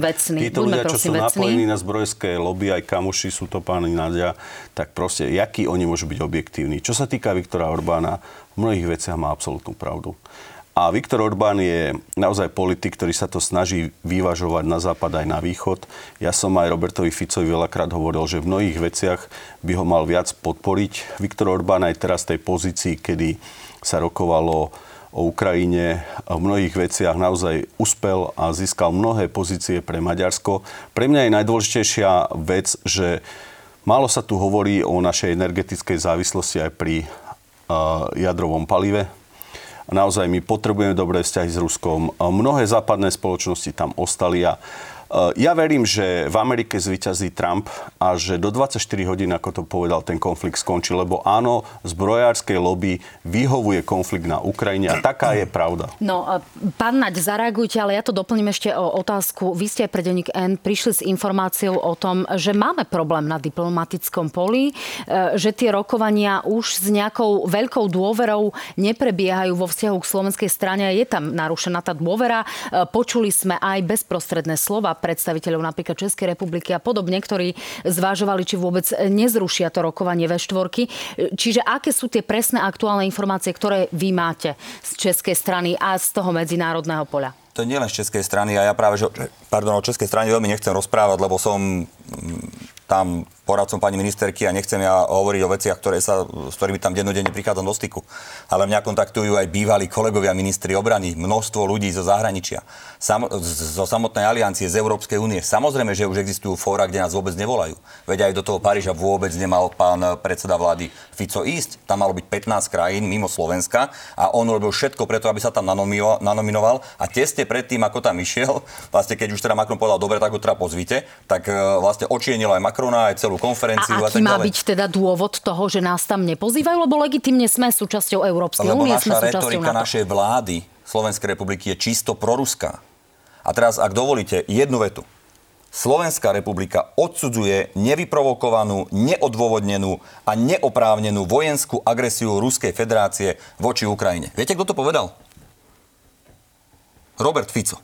napojení na zbrojské lobby, aj kamoši sú to páni Naďa, tak proste, jakí oni môžu byť objektívni. Čo sa týka Viktora Orbána, v mnohých veciach má absolútnu pravdu. A Viktor Orbán je naozaj politik, ktorý sa to snaží vyvažovať na západ aj na východ. Ja som aj Robertovi Ficovi veľakrát hovoril, že v mnohých veciach by ho mal viac podporiť. Viktor Orbán aj teraz v tej pozícii, kedy sa rokovalo o Ukrajine, v mnohých veciach naozaj uspel a získal mnohé pozície pre Maďarsko. Pre mňa je najdôležitejšia vec, že málo sa tu hovorí o našej energetickej závislosti aj pri jadrovom palive. Naozaj my potrebujeme dobré vzťahy s Ruskom. Mnohé západné spoločnosti tam ostali a Ja verím, že v Amerike zvíťazí Trump a že do 24 hodín, ako to povedal, ten konflikt skončí, lebo áno, zbrojárskej lobby vyhovuje konflikt na Ukrajine a taká je pravda. No, pán Naď, zareagujte, ale ja to doplním ešte o otázku. Vy ste pre denník N prišli s informáciou o tom, že máme problém na diplomatickom poli, že tie rokovania už s nejakou veľkou dôverou neprebiehajú vo vzťahu k slovenskej strane. Je tam narušená tá dôvera. Počuli sme aj bezprostredné slova predstaviteľov napríklad Českej republiky a podobne, ktorí zvážovali, či vôbec nezrušia to rokovanie V4. Čiže aké sú tie presné aktuálne informácie, ktoré vy máte z českej strany a z toho medzinárodného poľa? To nie len z českej strany a ja práve, o českej strane veľmi nechcem rozprávať, lebo som tam poradcom pani ministerky a nechcem ja hovoriť o veciach, s ktorými tam dennodenne prichádzam do styku. Ale mňa kontaktujú aj bývalí kolegovia ministri obrany, množstvo ľudí zo zahraničia, zo samotnej aliancie, z Európskej únie. Samozrejme, že už existujú fóra, kde nás vôbec nevolajú. Veď aj do toho Paríža vôbec nemal pán predseda vlády Fico ísť. Tam malo byť 15 krajín mimo Slovenska a on robil všetko preto, aby sa tam nanominoval a tesne predtým, ako tam išiel, vlastne keď už teda Macron povedal, dobre, tak ho teda pozvite, tak vlastne očienilo aj Macrona, aj celú konferenciu a tak ďalej. A aký má byť teda dôvod toho, že nás tam nepozývajú? Lebo legitímne sme súčasťou Európskej únie, sme súčasťou NATO. Lebo naša retorika našej vlády Slovenskej republiky je čisto proruská. A teraz, ak dovolíte, jednu vetu. Slovenská republika odsudzuje nevyprovokovanú, neodôvodnenú a neoprávnenú vojenskú agresiu Ruskej federácie voči Ukrajine. Viete, kto to povedal? Robert Fico.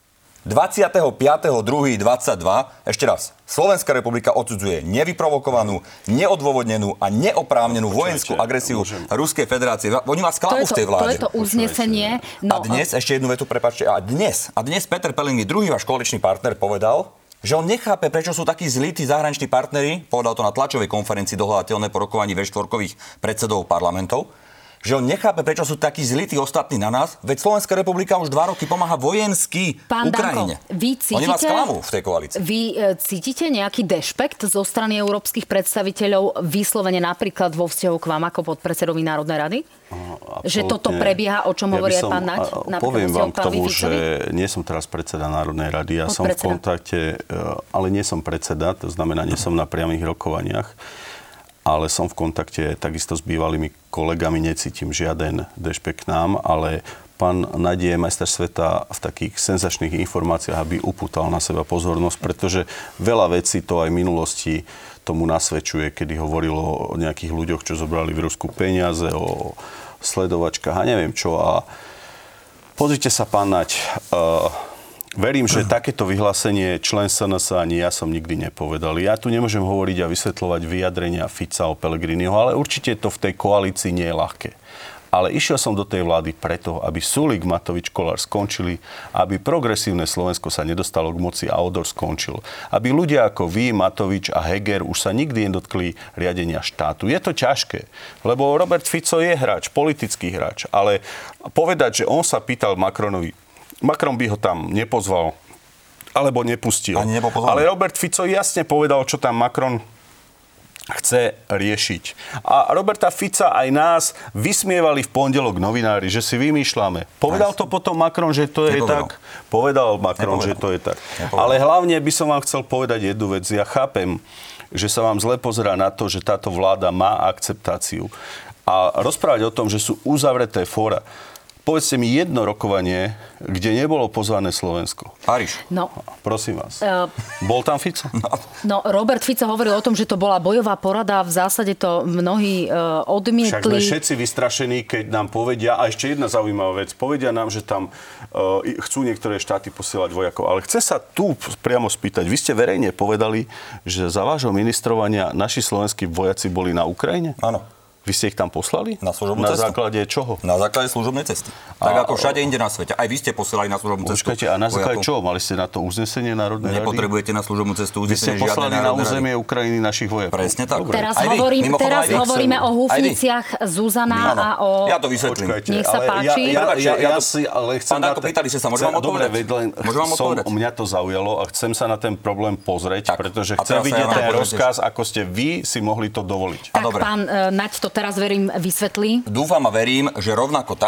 25.2.22, ešte raz, Slovenská republika odsudzuje nevyprovokovanú, neodôvodnenú a neoprávnenú vojenskú agresiu Ruskej federácie. Oni vás klamú v tej vláde. To je to uznesenie. No, a dnes, ešte jednu vetu, prepáčte, a dnes Peter Pellegrini, druhý váš koaličný partner, povedal, že on nechápe, prečo sú takí zlí tí zahraniční partneri, povedal to na tlačovej konferencii dohľadateľnej po rokovaní V4 predsedov parlamentov, že on nechápe, prečo sú takí zlí tí ostatní na nás, veď Slovenská republika už 2 roky pomáha vojensky Ukrajine. Oni vás klamú v tej koalícii. Vy cítite nejaký dešpekt zo strany európskych predstaviteľov vyslovene napríklad vo vzťahu k vám ako podpredsedovi Národnej rady? Že toto prebieha, o čom hovorí aj pán Naď? Poviem vám k tomu, že nie som teraz predseda Národnej rady, ja som v kontakte, ale nie som predseda, to znamená, nie som na priamých rokovaniach, ale som v kontakte takisto s bývalými kolegami, necítim žiaden dešpekt k nám, ale pán Naď je majster sveta v takých senzačných informáciách, aby upútal na seba pozornosť, pretože veľa vecí to aj v minulosti tomu nasvedčuje, kedy hovorilo o nejakých ľuďoch, čo zobrali v Rusku peniaze, o sledovačkách a neviem čo. A pozrite sa, pán Naď, verím, že takéto vyhlásenie člen SNS ani ja som nikdy nepovedal. Ja tu nemôžem hovoriť a vysvetľovať vyjadrenia Fica o Pellegriniho, ale určite to v tej koalícii nie je ľahké. Ale išiel som do tej vlády preto, aby Sulík, Matovič, Kollár skončili, aby progresívne Slovensko sa nedostalo k moci a Odor skončil. Aby ľudia ako vy, Matovič a Heger už sa nikdy nedotkli riadenia štátu. Je to ťažké, lebo Robert Fico je hráč, politický hráč, ale povedať, že on sa pýtal Macronovi, Macron by ho tam nepozval, alebo nepustil. Ale Robert Fico jasne povedal, čo tam Macron chce riešiť. A Roberta Fica aj nás vysmievali v pondelok novinári, že si vymýšľame. Povedal to potom Macron, že to je tak? Povedal Macron, že to je tak. Ale hlavne by som vám chcel povedať jednu vec. Ja chápem, že sa vám zle pozerá na to, že táto vláda má akceptáciu. A rozprávať o tom, že sú uzavreté fóra. Povedzte mi jedno rokovanie, kde nebolo pozvané Slovensko. Paríž. No. Prosím vás. Bol tam Fico? No, Robert Fico hovoril o tom, že to bola bojová porada. V zásade to mnohí odmietli. Však sme všetci vystrašení, keď nám povedia, a ešte jedna zaujímavá vec, povedia nám, že tam chcú niektoré štáty posielať vojakov. Ale chcem sa tu priamo spýtať. Vy ste verejne povedali, že za vášho ministrovania naši slovenskí vojaci boli na Ukrajine? Áno. Vy ste ich tam poslali? Na služobnú cestu. Na základe čoho? Na základe služobnej cesty. Tak ako všade inde na svete. Aj vy ste posielali na služobnú cestu. Počkajte, a na základe čoho? Mali ste na to uznesenie Národnej rady? Nepotrebujete na služobnú cestu uznesenie žiadnej Národnej rady. Vy ste poslali na územie Ukrajiny našich vojakov. Presne tak. Dobre. Teraz hovoríme o húfniciach Zuzana a o... Ja to vysvetlím. Nech sa páči. Ale chcem na to... Pýtali ste sa, môžem vám odpovedať? Dobre, mňa to zaujalo a chcem sa na ten problém pozrieť, pretože chcem vidieť ten rozkaz, ako ste vy si mohli to dovoliť. Tak pán Naď to teraz verím vysvetlí. Dúfam a verím, že rovnako tak,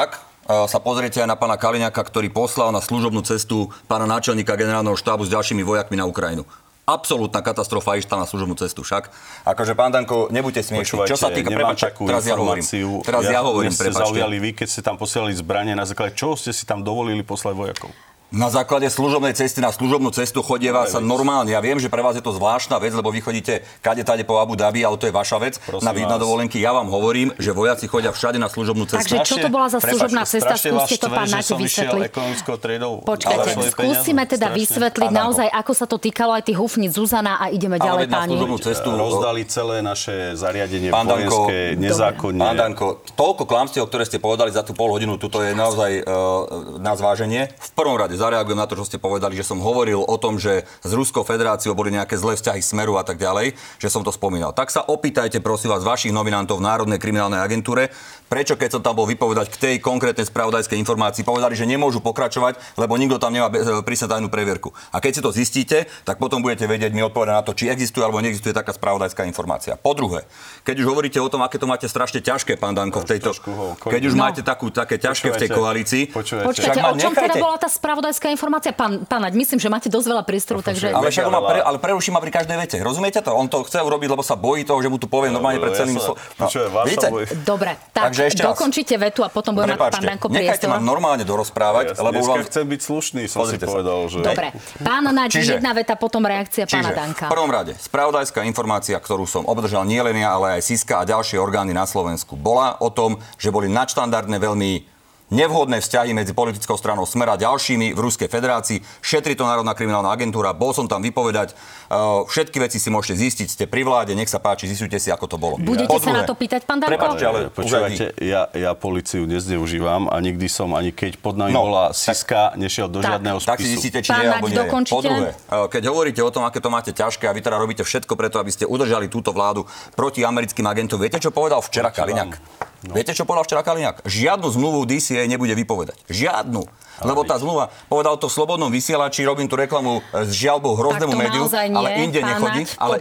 sa pozriete aj na pána Kaliňáka, ktorý poslal na služobnú cestu pána náčelníka generálneho štábu s ďalšími vojakmi na Ukrajinu. Absolútna katastrofa išla na služobnú cestu však. Akože, pán Danko, nebuďte smiešní. Čo sa týka, teraz ja hovorím, ste zaujali vy, keď ste tam posielali zbranie, na základe čoho ste si tam dovolili poslať vojakov? Na základe služobnej cesty na služobnú cestu chodieva sa normálne. Ja viem, že pre vás je to zvláštna vec, lebo vy chodíte kade-tade po Abu Dhabi, ale to je vaša vec. Na dovolenky. Ja vám hovorím, že vojaci chodia všade na služobnú cestu. Takže čo to bola za služobná cesta? Skúste to, pán Nať, vysvetliť. Počkajte, skúsime teda vysvetliť naozaj, ako sa to týkalo aj tých hufníc Zuzana a ideme ďalej, páni. Rozdali celé naše zariadenie vojenské nezákonne. Pán Danko, toľko klamstiev, ktoré ste povedali za tú pol hodinu, tuto je naozaj na zváženie. V prvom rade zareagujem na to, čo ste povedali, že som hovoril o tom, že s Ruskou federáciou boli nejaké zlé vzťahy Smeru a tak ďalej, že som to spomínal. Tak sa opýtajte, prosím vás, vašich nominantov v Národnej kriminálnej agentúre, prečo keď som tam bol vypovedať k tej konkrétnej spravodajskej informácii, povedali, že nemôžu pokračovať, lebo nikto tam nemá prísne tajnú previerku. A keď si to zistíte, tak potom budete vedieť mi odpovedať na to, či existuje alebo neexistuje taká spravodajská informácia. Po druhé, keď už hovoríte o tom, aké to máte strašne ťažké, pán Danko, v tejto, keď už máte také ťažké v tej koalícii. Počkajte, o čom teda bola tá spravodajská informácia? Pán Naď, myslím, že máte dosť veľa priestoru, takže... Ale preruším ma pri každej vete. Rozumiete to? On to chce urobiť, lebo sa bojí toho, že mu tu poviem normálne pred celým... Dobre, tak dokončite vetu a potom bude mať pán Danko priestor. Nechajte ma normálne dorozprávať, lebo vám... chcem byť slušný, som si povedal, že... Dobre, pán Naď, jedna veta, potom reakcia pána Danka. V prvom rade, spravodajská informácia, ktorú som obdržal nielen ja, ale aj Siska a ďalšie orgány na Slovensku, bola o tom, že boli nadštandardné veľmi nevhodné vzťahy medzi politickou stranou Smer a ďalšími v Ruskej federácii. Šetrí to Národná kriminálna agentúra. Bol som tam vypovedať. Všetky veci si môžete zistiť. Ste pri vláde, nech sa páči, zistujte si, ako to bolo. Budete sa na to pýtať, pán Danko? Prepáčte, ale počúvajte, ja políciu nezneužívam a nikdy som, ani keď pod nami bola Siska, nešiel do žiadneho spisu. Tak si zistíte, či je alebo nie. Po druhé, keď hovoríte o tom, aké to máte ťažké a vy teda robíte všetko preto, aby ste udržali túto vládu proti americkým agentom. Viete, čo povedal včera Kaliňák? Viete, čo povedal včera Kaliňák? Žiadnu zmluvu DCA nebude vypovedať. Žiadnu. Lebo tá zmluva, povedal to v slobodnom vysielači, robím tú reklamu s žiaľbou hroznému médiu, ale inde nechodí.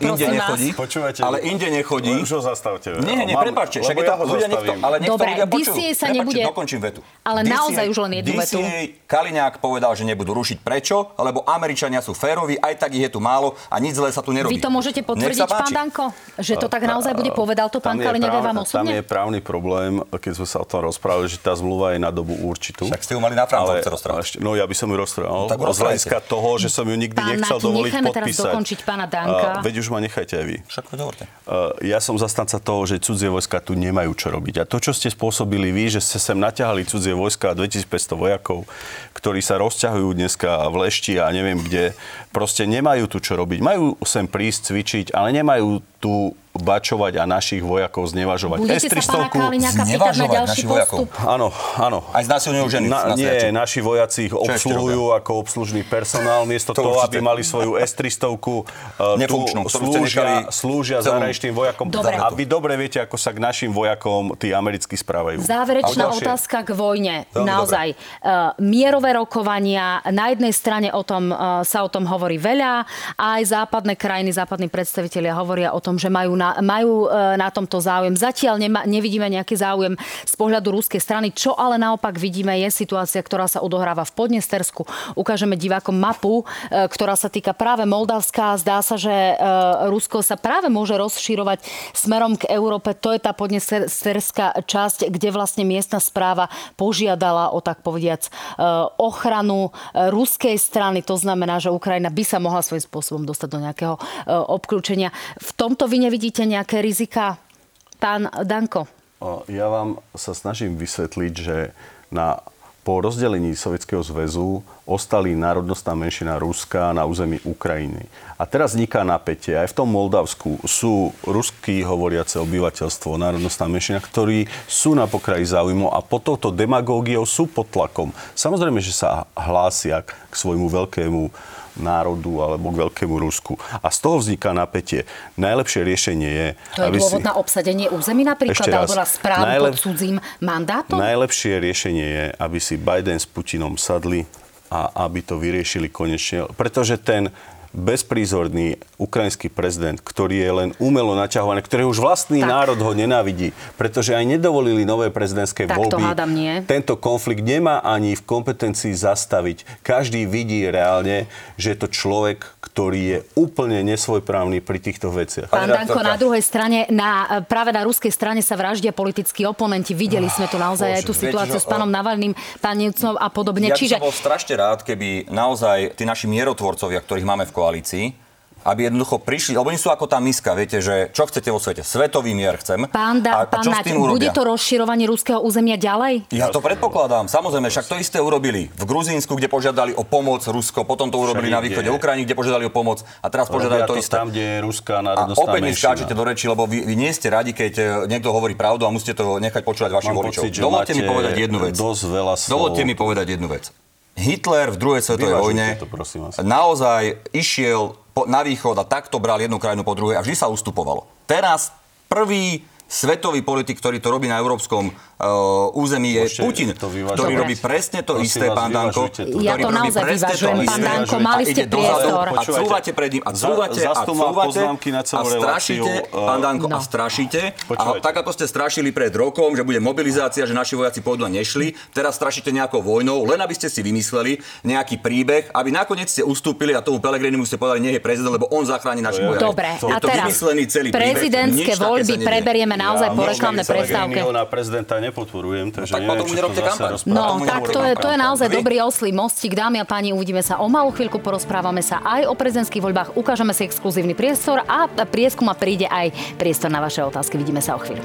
Ale inde nechodí. Už ho zastavte. Nie, prepáčte, však je to ľudia niekto, ale niekto ľudia počujú. DCA sa nebude. Dokončím vetu. Ale naozaj už len jednu vetu. DCA Kaliňák povedal, že nebudú rušiť. Prečo? Lebo Američania sú féroví, aj tak ich je tu málo a nič zlé sa tu nerobí. Vy to môžete potvrdiť, pán Danko, že to tak naozaj bude, povedal to pán Kaliňák vám osobne? Tam je právny problém, keď sme sa o tom rozprávali, že tá zmluva je na dobu určitú. Však ste ju mali na Francúzsku rozprávať. No ja by som ju rozprával. Z hľadiska toho, že som ju nikdy nechcel dovoliť podpísať. Nechajme teraz dokončiť pána Danka. Veď už ma nechajte aj vy. Však dovolte. Ja som zastanca toho, že cudzie vojska tu nemajú čo robiť. A to, čo ste spôsobili vy, že ste sem naťahali cudzie vojska 2500 vojakov, ktorí sa rozťahujú dneska v Lešti a neviem kde, proste nemajú tu čo robiť. Majú sem prísť, cvičiť, ale nemajú tu bačovať a našich vojakov znevažovať. Budete sa pána Kaliňáka pýtať na ďalší postup? Áno. Aj znásilňujú ženy. Nie, naši vojaci ich obsluhujú ako obslužný personál. Miesto toho, aby mali svoju S-300, slúžia zahraničným vojakom. Dobre. A vy dobre viete, ako sa k našim vojakom tí americkí správajú. Záverečná otázka k vojne. Naozaj. Mierové rokovania. Na jednej strane sa o tom hovorí veľa. Aj západné krajiny, západní predstavitelia hovoria o tom, že majú na tomto záujem. Zatiaľ nevidíme nejaký záujem z pohľadu ruskej strany. Čo ale naopak vidíme, je situácia, ktorá sa odohráva v Podnestersku. Ukážeme divákom mapu, ktorá sa týka práve Moldavska. Zdá sa, že Rusko sa práve môže rozširovať smerom k Európe. To je tá podnesterská časť, kde vlastne miestna správa požiadala o, tak povediac, ochranu ruskej strany. To znamená, že Ukrajina by sa mohla svojím spôsobom dostať do nejakého obklúčenia. V tomto vy nevidíte nejaké rizika? Pán Danko. Ja vám sa snažím vysvetliť, že po rozdelení Sovietskeho zväzu ostali národnostná menšina Ruska na území Ukrajiny. A teraz vzniká napätie. Aj v tom Moldavsku sú ruský hovoriace obyvateľstvo, národnostná menšina, ktorí sú na pokraji záujmu a pod touto demagógiou sú pod tlakom. Samozrejme, že sa hlásia k svojmu veľkému národu alebo k veľkému Rusku. A z toho vzniká napätie. Najlepšie riešenie je... To je dôvod na obsadenie území napríklad? Alebo na správu pod cudzím mandátom? Najlepšie riešenie je, aby si Biden s Putinom sadli a aby to vyriešili konečne. Pretože ten bezprízorný ukrajinský prezident, ktorý je len umelo naťahovaný, ktorý už vlastný národ ho nenávidí, pretože aj nedovolili nové prezidentské tak voľby. To hádam nie. Tento konflikt nemá ani v kompetencii zastaviť. Každý vidí reálne, že je to človek, ktorý je úplne nesvojprávny pri týchto veciach. Pán Danko, na druhej strane, práve na ruskej strane sa vraždia politickí oponenti. Videli sme tu naozaj aj tú situáciu s pánom Navalným, pán Nemcov a podobne. Ja by som bol strašne rád, keby naozaj tí naši mierotvorcovia, ktorých máme v koalícii, aby jednoducho prišli, lebo oni sú ako tá miska, viete, že čo chcete vo svete? Svetový mier chcem. Pán Naď, bude to rozširovanie ruského územia ďalej? Ja to predpokladám, samozrejme, však to isté urobili v Gruzínsku, kde požiadali o pomoc Rusko, potom to urobili na východe Ukrajiny, kde požiadali o pomoc a teraz požiadajú to isté. Tam, kde je ruská národnostná menšina. A opäť mi skáčete do reči, lebo vy nie ste radi, keď niekto hovorí pravdu a musíte to nechať počúvať vašich voličov. Dovoľte mi povedať jednu vec. Hitler v druhej svetovej vojne naozaj išiel na východ a takto bral jednu krajinu po druhej a vždy sa ustupovalo. Teraz prvý svetový politik, ktorý to robí na európskom území, je Putin, ktorý robí presne to isté, pán Danko. Ja to naozaj vyvážujem, pán Danko, mali ste priestor. A cúvate pred ním, a cúvate a strašíte, pán Danko, a strašíte. A tak, ako ste strašili pred rokom, že bude mobilizácia, že naši vojaci pôjdu a nešli, teraz strašíte nejakou vojnou, len aby ste si vymysleli nejaký príbeh, aby nakoniec ste ustúpili a tomu Pellegrinimu ste povedali, nie je prezident, lebo on zachráni našich vojakov. Dobre, a teraz prezidentské voľby preberieme naozaj po reklamnej prestávke. Nepodporujem, takže tak potom nerobte kampaň. No, tak to je naozaj dobrý oslý mostík. Dámy a páni, uvidíme sa o malú chvíľku, porozprávame sa aj o prezidentských voľbách, ukážeme si exkluzívny priestor a prieskum a príde aj priestor na vaše otázky. Vidíme sa o chvíľu.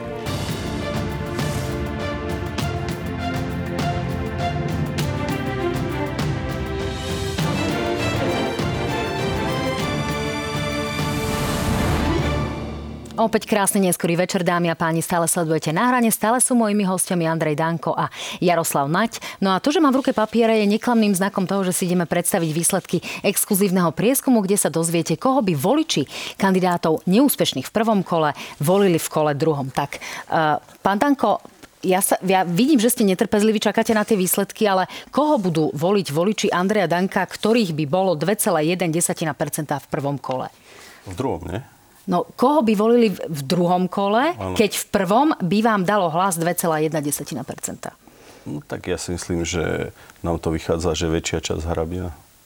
Opäť krásny neskorý večer, dámy a páni, stále sledujete Na hrane, stále sú mojimi hostiami Andrej Danko a Jaroslav Naď. No a to, že mám v ruke papiere, je neklamným znakom toho, že si ideme predstaviť výsledky exkluzívneho prieskumu, kde sa dozviete, koho by voliči kandidátov neúspešných v prvom kole volili v kole druhom. Tak, pán Danko, ja vidím, že ste netrpezliví, čakáte na tie výsledky, ale koho budú voliť voliči Andreja Danka, ktorých by bolo 2,1% v prvom kole? V druhom, nie? No, koho by volili v druhom kole, keď v prvom by vám dalo hlas 2,1%? No, tak ja si myslím, že nám to vychádza, že väčšia časť Harabina.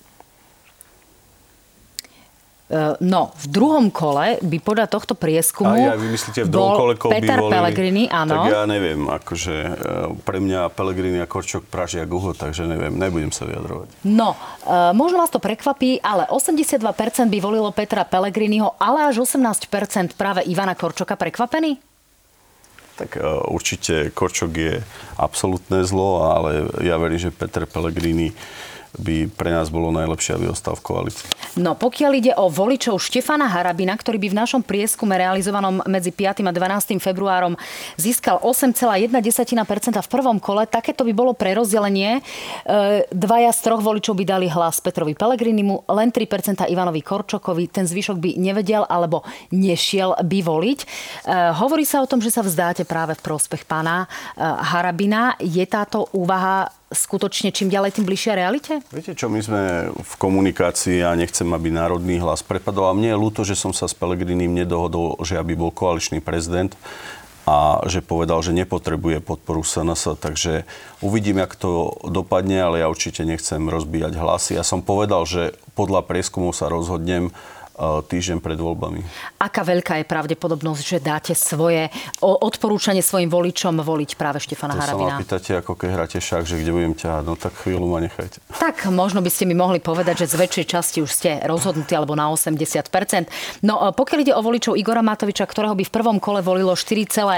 No, v druhom kole by podľa tohto prieskumu vy myslíte v druhom kole, Peter Pellegrini, áno. Tak ja neviem, akože pre mňa Pellegrini a Korčok pražia guho, takže neviem, nebudem sa vyjadrovať. No, možno vás to prekvapí, ale 82% by volilo Petra Pellegriniho, ale až 18% práve Ivana Korčoka. Prekvapený? Tak určite Korčok je absolútne zlo, ale ja verím, že Peter Pellegrini by pre nás bolo najlepšie, aby ostal v koalícii. No, pokiaľ ide o voličov Štefana Harabina, ktorý by v našom prieskume realizovanom medzi 5. a 12. februárom získal 8,1% v prvom kole, takéto by bolo prerozdelenie. Dvaja z troch voličov by dali hlas Petrovi Pellegrinimu, len 3% Ivanovi Korčokovi, ten zvyšok by nevedel alebo nešiel by voliť. Hovorí sa o tom, že sa vzdáte práve v prospech pána Harabina. Je táto úvaha skutočne čím ďalej, tým bližšie realite? Viete čo, my sme v komunikácii a nechcem, aby národný hlas prepadol. A mne je ľúto, že som sa s Pellegrinim nedohodol, že aby bol koaličný prezident a že povedal, že nepotrebuje podporu SNS. Takže uvidím, jak to dopadne, ale ja určite nechcem rozbíjať hlasy. Ja som povedal, že podľa prieskumov sa rozhodnem týždeň pred voľbami. Aká veľká je pravdepodobnosť, že dáte svoje odporúčanie svojim voličom voliť práve Štefana Harabina? To sa ma pýtate, ako keď hráte šach, že kde budem ťahať, no tak chvíľu ma nechajte. Tak možno by ste mi mohli povedať, že z väčšej časti už ste rozhodnutí alebo na 80%. No pokiaľ ide o voličov Igora Matoviča, ktorého by v prvom kole volilo 4,8%,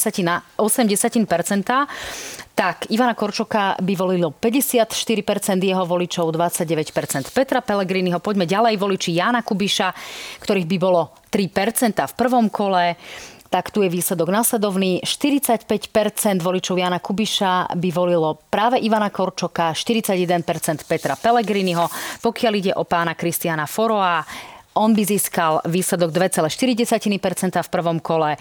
tak Ivana Korčoka by volilo 54%, jeho voličov 29%. Petra Pellegriniho, poďme ďalej, voliči Jána Kubiša, ktorých by bolo 3% v prvom kole. Tak tu je výsledok nasledovný. 45% voličov Jána Kubiša by volilo práve Ivana Korčoka, 41% Petra Pellegriniho. Pokiaľ ide o pána Kristiána Foroa, on by získal výsledok 2,4% v prvom kole.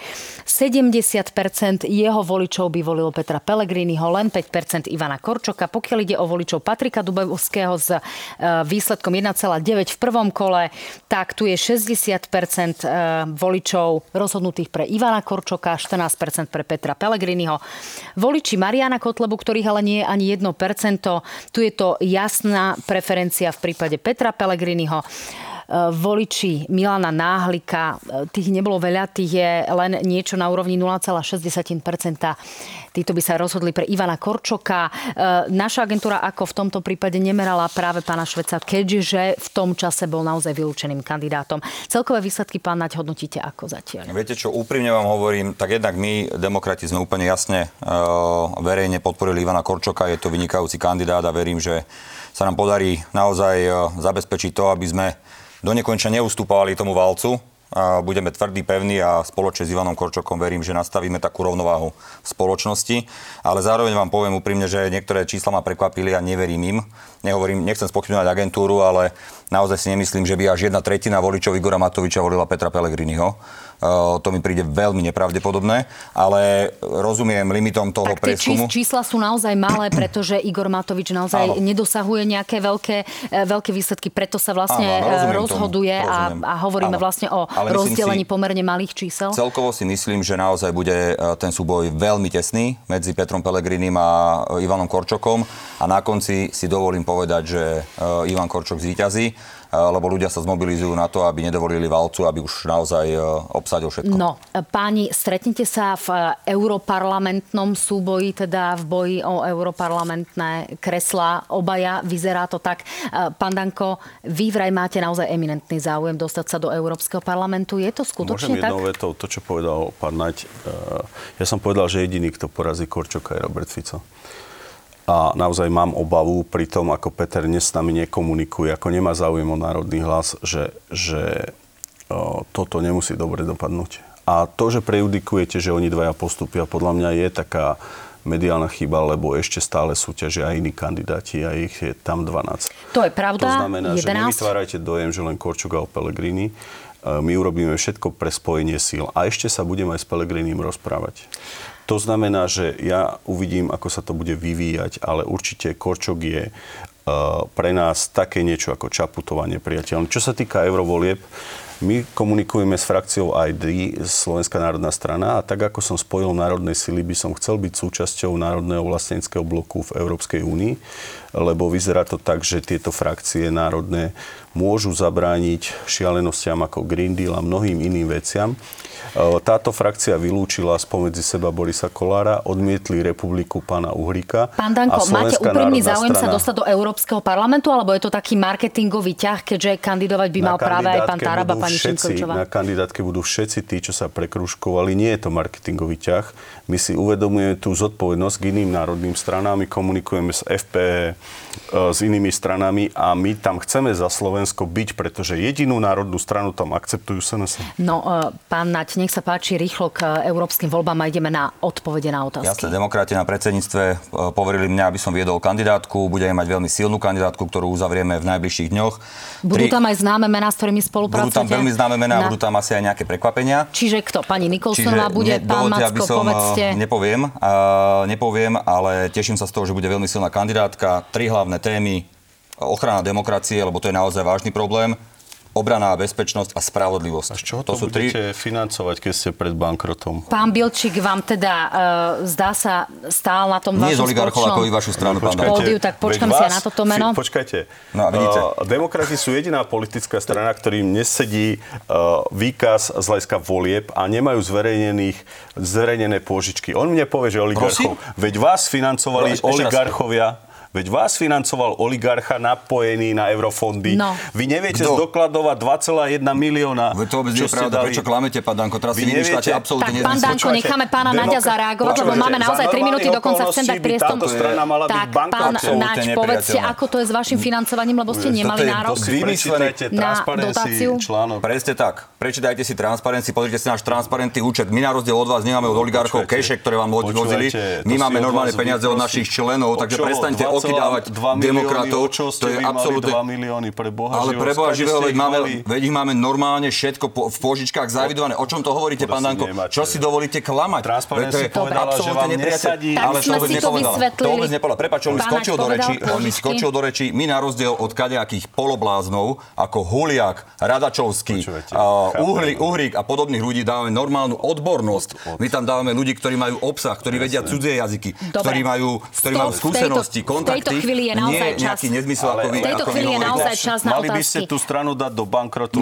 70% jeho voličov by volilo Petra Pellegriniho, len 5% Ivana Korčoka. Pokiaľ ide o voličov Patrika Dubovského s výsledkom 1,9 v prvom kole, tak tu je 60% voličov rozhodnutých pre Ivana Korčoka, 14% pre Petra Pellegriniho. Voliči Mariana Kotlebu, ktorých ale nie je ani 1%, tu je to jasná preferencia v prípade Petra Pellegriniho. Voliči Milana Náhlika, tých nebolo veľa, tých je len niečo na úrovni 0,6%. Títo by sa rozhodli pre Ivana Korčoka. Naša agentúra ako v tomto prípade nemerala práve pána Šveca, keďže v tom čase bol naozaj vylúčeným kandidátom. Celkové výsledky, pán Naď, hodnotíte ako zatiaľ? Viete čo, úprimne vám hovorím, tak jednak my, demokrati, sme úplne jasne verejne podporili Ivana Korčoka. Je to vynikajúci kandidát a verím, že sa nám podarí naozaj zabezpečiť to, aby sme do nekonečna neustúpali tomu válcu. Budeme tvrdí, pevní a spoločne s Ivanom Korčokom verím, že nastavíme takú rovnováhu v spoločnosti. Ale zároveň vám poviem úprimne, že niektoré čísla ma prekvapili a neverím im. Nechcem spochybňovať agentúru, ale naozaj si nemyslím, že by až 1/3 voličov Igora Matoviča volila Petra Pellegriniho. To mi príde veľmi nepravdepodobné, ale rozumiem limitom toho prieskumu. Čísla sú naozaj malé, pretože Igor Matovič naozaj nedosahuje nejaké veľké výsledky, preto sa vlastne rozhoduje a hovoríme vlastne o rozdelení pomerne malých čísel. Celkovo si myslím, že naozaj bude ten súboj veľmi tesný medzi Petrom Pellegrinim a Ivanom Korčokom a na konci si dovolím povedať, že Ivan Korčok zvíťazí, lebo ľudia sa zmobilizujú na to, aby nedovolili válcu, aby už naozaj obsadil všetko. No, páni, stretnite sa v europarlamentnom súboji, teda v boji o europarlamentné kreslá. Obaja, vyzerá to tak. Pán Danko, vy vraj máte naozaj eminentný záujem dostať sa do Európskeho parlamentu. Je to skutočne tak? Môžem jednou vetou to, čo povedal pán Naď. Ja som povedal, že jediný, kto porazí Korčoka, je Robert Fico. A naozaj mám obavu pri tom, ako Peter dnes s nami nekomunikuje, ako nemá záujem o národný hlas, že toto nemusí dobre dopadnúť. A to, že prejudikujete, že oni dvaja postupia, podľa mňa je taká mediálna chyba, lebo ešte stále súťažia aj iní kandidáti a ich je tam 12. To je pravda. To znamená, 11. že nevytvárajte dojem, že len Korčok a Pellegrini. My urobíme všetko pre spojenie síl. A ešte sa budeme aj s Pellegrinim rozprávať. To znamená, že ja uvidím, ako sa to bude vyvíjať, ale určite Korčok je pre nás také niečo ako Čaputová nepriateľ. Čo sa týka eurovolieb, my komunikujeme s frakciou ID, Slovenská národná strana, a tak ako som spojil národné sily, by som chcel byť súčasťou národného vlastníckeho bloku v Európskej únii, lebo vyzerá to tak, že tieto frakcie národné môžu zabrániť šialenostiam ako Green Deal a mnohým iným veciam. Táto frakcia vylúčila spomedzi seba Borisa Kollára, odmietli Republiku pána Uhríka. Pán Danko, máte úprimný záujem sa dostať do Európskeho parlamentu, alebo je to taký marketingový ťah, keďže kandidovať by mal práve aj pán Taraba, pani Šimkovičová? Na kandidátke budú všetci tí, čo sa prekružkovali. Nie je to marketingový ťah. My si uvedomujeme tú zodpovednosť k iným národným stranám. My komunikujeme s FPE, s inými stranami a my tam chceme za Slovensko byť, pretože jedinú národnú stranu tam akceptujú SNS. No, pán Naď, nech sa páči, rýchlo k európskym voľbám a ideme na odpovede na otázky. Jasne, demokrati na predsedníctve poverili mňa, aby som viedol kandidátku. Budeme mať veľmi silnú kandidátku, ktorú uzavrieme v najbližších dňoch. Budú tam aj známe mená, s ktorými spolupracujete? Budú tam veľmi známe mená, budú tam asi aj nejaké prekvapenia. Čiže kto? Pani Nikolsonová bude, pán Macko, povedzte. Nepoviem, ale teším sa z toho, že bude veľmi silná kandidátka. 3 hlavné témy: ochrana demokracie, lebo to je naozaj vážny problém, obrana, bezpečnosť a spravodlivosť. A z čoho to budete financovať, keď ste pred bankrotom? Pán Bilčík vám teda, zdá sa, stál na tom nie vašom spoločnom... Nie z oligarchov, ako i vašu stranu, pán pódiu, tak počkám si na toto meno. Počkajte. No, vidíte. Demokrati sú jediná politická strana, ktorým nesedí výkaz z hľadiska volieb a nemajú zverejnené pôžičky. On mne povie, že oligarchov. Veď vás financovali oligarchovia. Veď vás financoval oligarcha napojený na eurofondy. No. Vy neviete zdokladovať 2,1 milióna. Veď to vôbec nie je pravda. Prečo klamete, pán Danko? Teraz si vymýšľate absolútne nezmysel. Tak, pán Danko, necháme pána Naďa zareagovať, lebo máme naozaj 3 minúty, dokonca chcem dať priestor. Tak, pán Naď, povedzte, ako to je s vašim financovaním, lebo ste nemali nárok na dotáciu. Presne tak. Prečítajte si Transparency, pozrite si náš transparentný účet. My na rozdiel od vás nemáme od oligarchov keše, ktoré vám vozili. My máme normálne peniaze od našich členov, takže prestaňte roky dávať demokratov. To je absolútne 2 milióny pre Boha ale pre Boha živého, veď ich máme normálne všetko v pôžičkách zaevidované. O čom to hovoríte, pán Danko? Čo si dovolíte klamať? Transparency povedala, že vám nesadí. Ale to vôbec nepovedala. Prepáč, on mi skočil do reči. My na rozdiel od kadejakých polobláznov, ako Huliak, Radačovský, Uhrík a podobných ľudí dávame normálnu odbornosť. My tam dávame ľudí, ktorí majú obsah, ktorí vedia cudzie jazyky, ktorí majú skúsenosti, kontakty. Nie nejaký nezmysel, ako vy. V tejto chvíli je naozaj čas na otázky. Mali by ste tú stranu dať do bankrotu.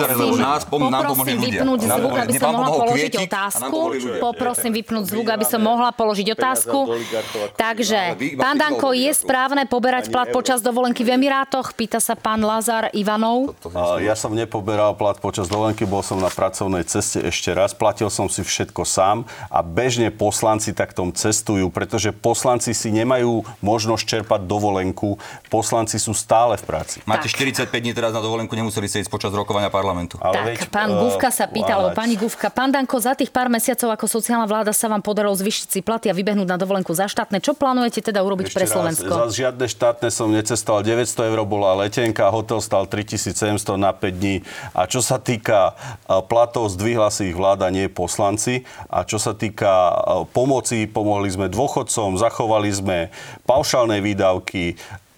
Poprosím vypnúť zvuk, aby som mohla položiť otázku. Poprosím vypnúť zvuk, aby som mohla položiť otázku. Takže, pán Danko, je správne poberať plat počas dovolenky v Emirátoch? Pýta sa pán Lazar Ivanov. Ja som nepoberal plat počas dovolenky, bol som na pracovnej ceste ešte raz. Platil som si všetko sám a bežne poslanci takto cestujú, pretože poslanci si nemajú možnosť čerpať dovolenku. Poslanci sú stále v práci. Máte 45 dní teraz na dovolenku, nemuseli ste ísť počas rokovania parlamentu. Pán Gufka sa pýta, alebo pani Gufka, pán Danko, za tých pár mesiacov ako sociálna vláda sa vám podarilo zvyšiť si platy a vybehnúť na dovolenku za štátne. Čo plánujete teda urobiť pre Slovensko? Za žiadne štátne som necestoval. 900 eur bola letenka, hotel stal 3700 na 5 dní. A čo sa týka platov, zdvihla si ich vláda, nie poslanci. A čo sa týka pomoci, pomohli sme dôchodcom, zachovali sme paušálne výdavky,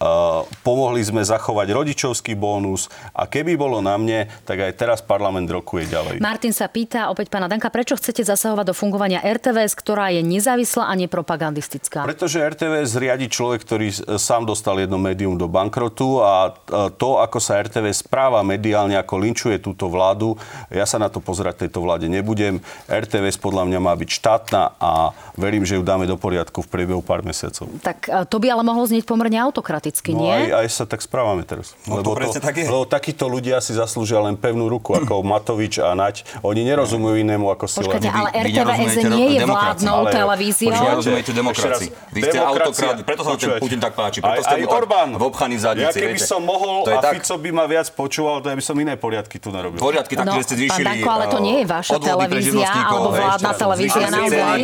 pomohli sme zachovať rodičovský bónus a keby bolo na mne, tak aj teraz parlament rokuje ďalej. Martin sa pýta opäť pána Danka, prečo chcete zasahovať do fungovania RTVS, ktorá je nezávislá a nepropagandistická? Pretože RTVS riadi človek, ktorý sám dostal jedno médium do bankrotu a to, ako sa RTVS správa mediálne, ako linčuje túto vládu, ja sa na to pozerať tejto vláde nebudem. RTVS podľa mňa má byť štátna a verím, že ju dáme do poriadku v priebehu pár mesiacov. Tak to by ale mohlo znieť pomerne autokraticky. No aj sa tak správame teraz. No lebo lebo takíto ľudia si zaslúžia len pevnú ruku, ako Matovič a Naď. Oni nerozumujú inému ako sile. Počkajte, ale RTVS nie je vládnou televíziou. Vy nerozumejete demokracii. Vy ste autokrát, preto sa ten Putin tak páči. Preto ste mu tak vobchaní v zadnici. Ja keby som mohol a Fico by ma viac počúval, to ja by som iné poriadky tu narobil. Poriadky, takže ste zvýšili pán Danko, ale to nie je vaša televízia, alebo vládna televízia naozaj.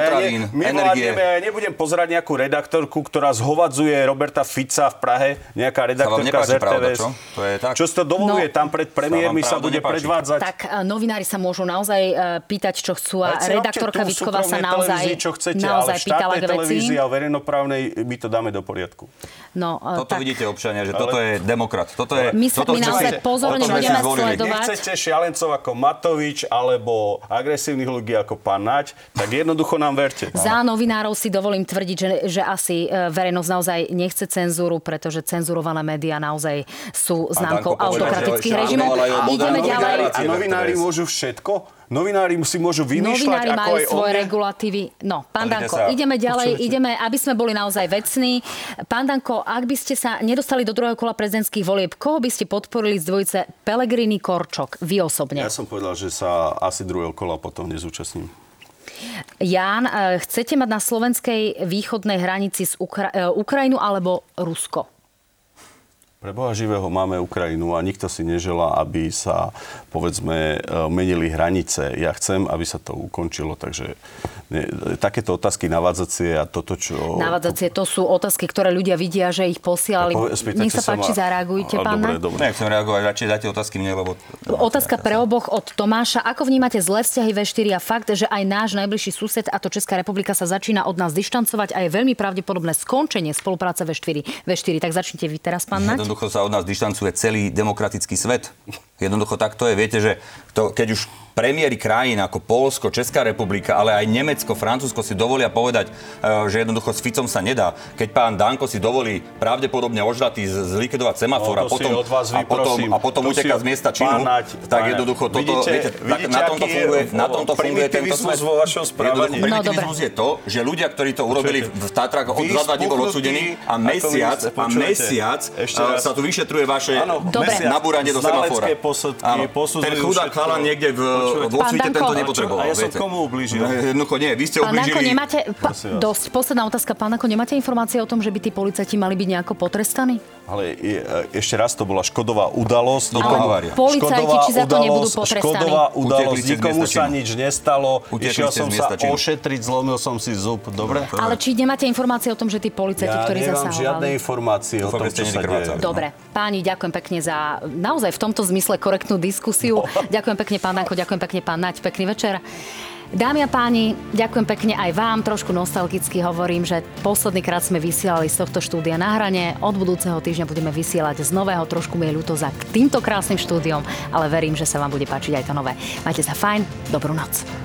My vládneme, ja nebudem pozerať nejakú redaktorku, ktorá zhovadzuje Roberta Fica v Prahe, nejaká redaktorka z RTVS. Čo si to dovoluje? Tam pred premiérmi sa bude predvádzať. Tak novinári sa môžu naozaj pýtať, čo chcú a redaktorka Vicková sa naozaj pýtala k veci. A verejnoprávnej my to dáme do poriadku. No, toto vidíte, občania, že toto je demokrat. My naozaj pozorne budeme sledovať. Nechcete šialencov ako Matovič alebo agresívnych ľudí ako pán Naď, tak jednoducho nám verte. Za novinárov si dovolím tvrdiť, že asi verejnosť naozaj nechce cenzúru, pretože cenzurované médiá naozaj sú známkou autokratických režimov. Ideme ďalej. A novinári môžu všetko? Novinári si môžu vymýšľať, ako majú aj svoje regulatívy. No, pán Danko, ideme ďalej, aby sme boli naozaj vecní. Pán Danko, ak by ste sa nedostali do druhého kola prezidentských volieb, koho by ste podporili z dvojice Pellegrini-Korčok, vy osobne? Ja som povedal, že sa asi druhého kola potom nezúčastním. Ján, chcete mať na slovenskej východnej hranici z Ukrajinu alebo Rusko? Pre Boha živého máme Ukrajinu a nikto si neželá, aby sa, povedzme, menili hranice. Ja chcem, aby sa to ukončilo, takže takéto otázky navádzacie a toto, čo... Navádzacie, to sú otázky, ktoré ľudia vidia, že ich posielali. Nech sa páči, zareagujte, pán. Dobre. Nechcem reagovať, radšej dáte otázky mne, lebo... Otázka pre oboch od Tomáša. Ako vnímate zlé vzťahy V4 a fakt, že aj náš najbližší sused, a to Česká republika, sa začína od nás dištancovať a je veľmi pravdepodobné skončenie spolupráce V4. Tak začnite vy teraz, pán Naď. Jednoducho sa od nás dištancuje celý demokratický svet. Jednoducho tak to je. Viete, že keď už premiéry krajín ako Poľsko, Česká republika, ale aj Nemecko, Francúzsko si dovolia povedať, že jednoducho s Ficom sa nedá. Keď pán Danko si dovolí pravdepodobne ožratý zlikvidovať semafor a potom uteká z miesta činu, tak jednoducho toto, viete, na tomto funguje tento svet. Primitivizmus je to, že ľudia, ktorí to urobili v Tatrách, od 2 dní bol odsúdený a mesiac sa tu vyšetruje vaše nabúranie do semafora. posledky, posudzujú ten chudák chalan niekde vo svite tento nepotreboval. A ja som komu ublížil? Jednoducho nie, vy ste Pán Danko, ublížili. nemáte... Dosť. Posledná otázka. Pán Danko, nemáte informácie o tom, že by tí policajti mali byť nejako potrestaní? Ale ešte raz, to bola škodová udalosť. Policajti, či za to nebudú potrestaní? Škodová udalosť, Utekli ste z nikomu miesta sa činu. nič nestalo. Išiel som sa činu. ošetriť, zlomil som si zub. Dobre? Ale či nemáte informácie o tom, že tí policajti, ktorí Ja nemám zasahovali... žiadne informácie o tom, čo sa deje. Dobre. Páni, ďakujem pekne za naozaj v tomto zmysle korektnú diskusiu. Ďakujem pekne, pán Danko, ďakujem pekne, pán Naď. Pekný večer. Dámy a páni, ďakujem pekne aj vám. Trošku nostalgicky hovorím, že posledný krát sme vysielali z tohto štúdia na Hrane. Od budúceho týždňa budeme vysielať z nového. Trošku mi je ľúto za týmto krásnym štúdiom, ale verím, že sa vám bude páčiť aj to nové. Majte sa fajn, dobrú noc.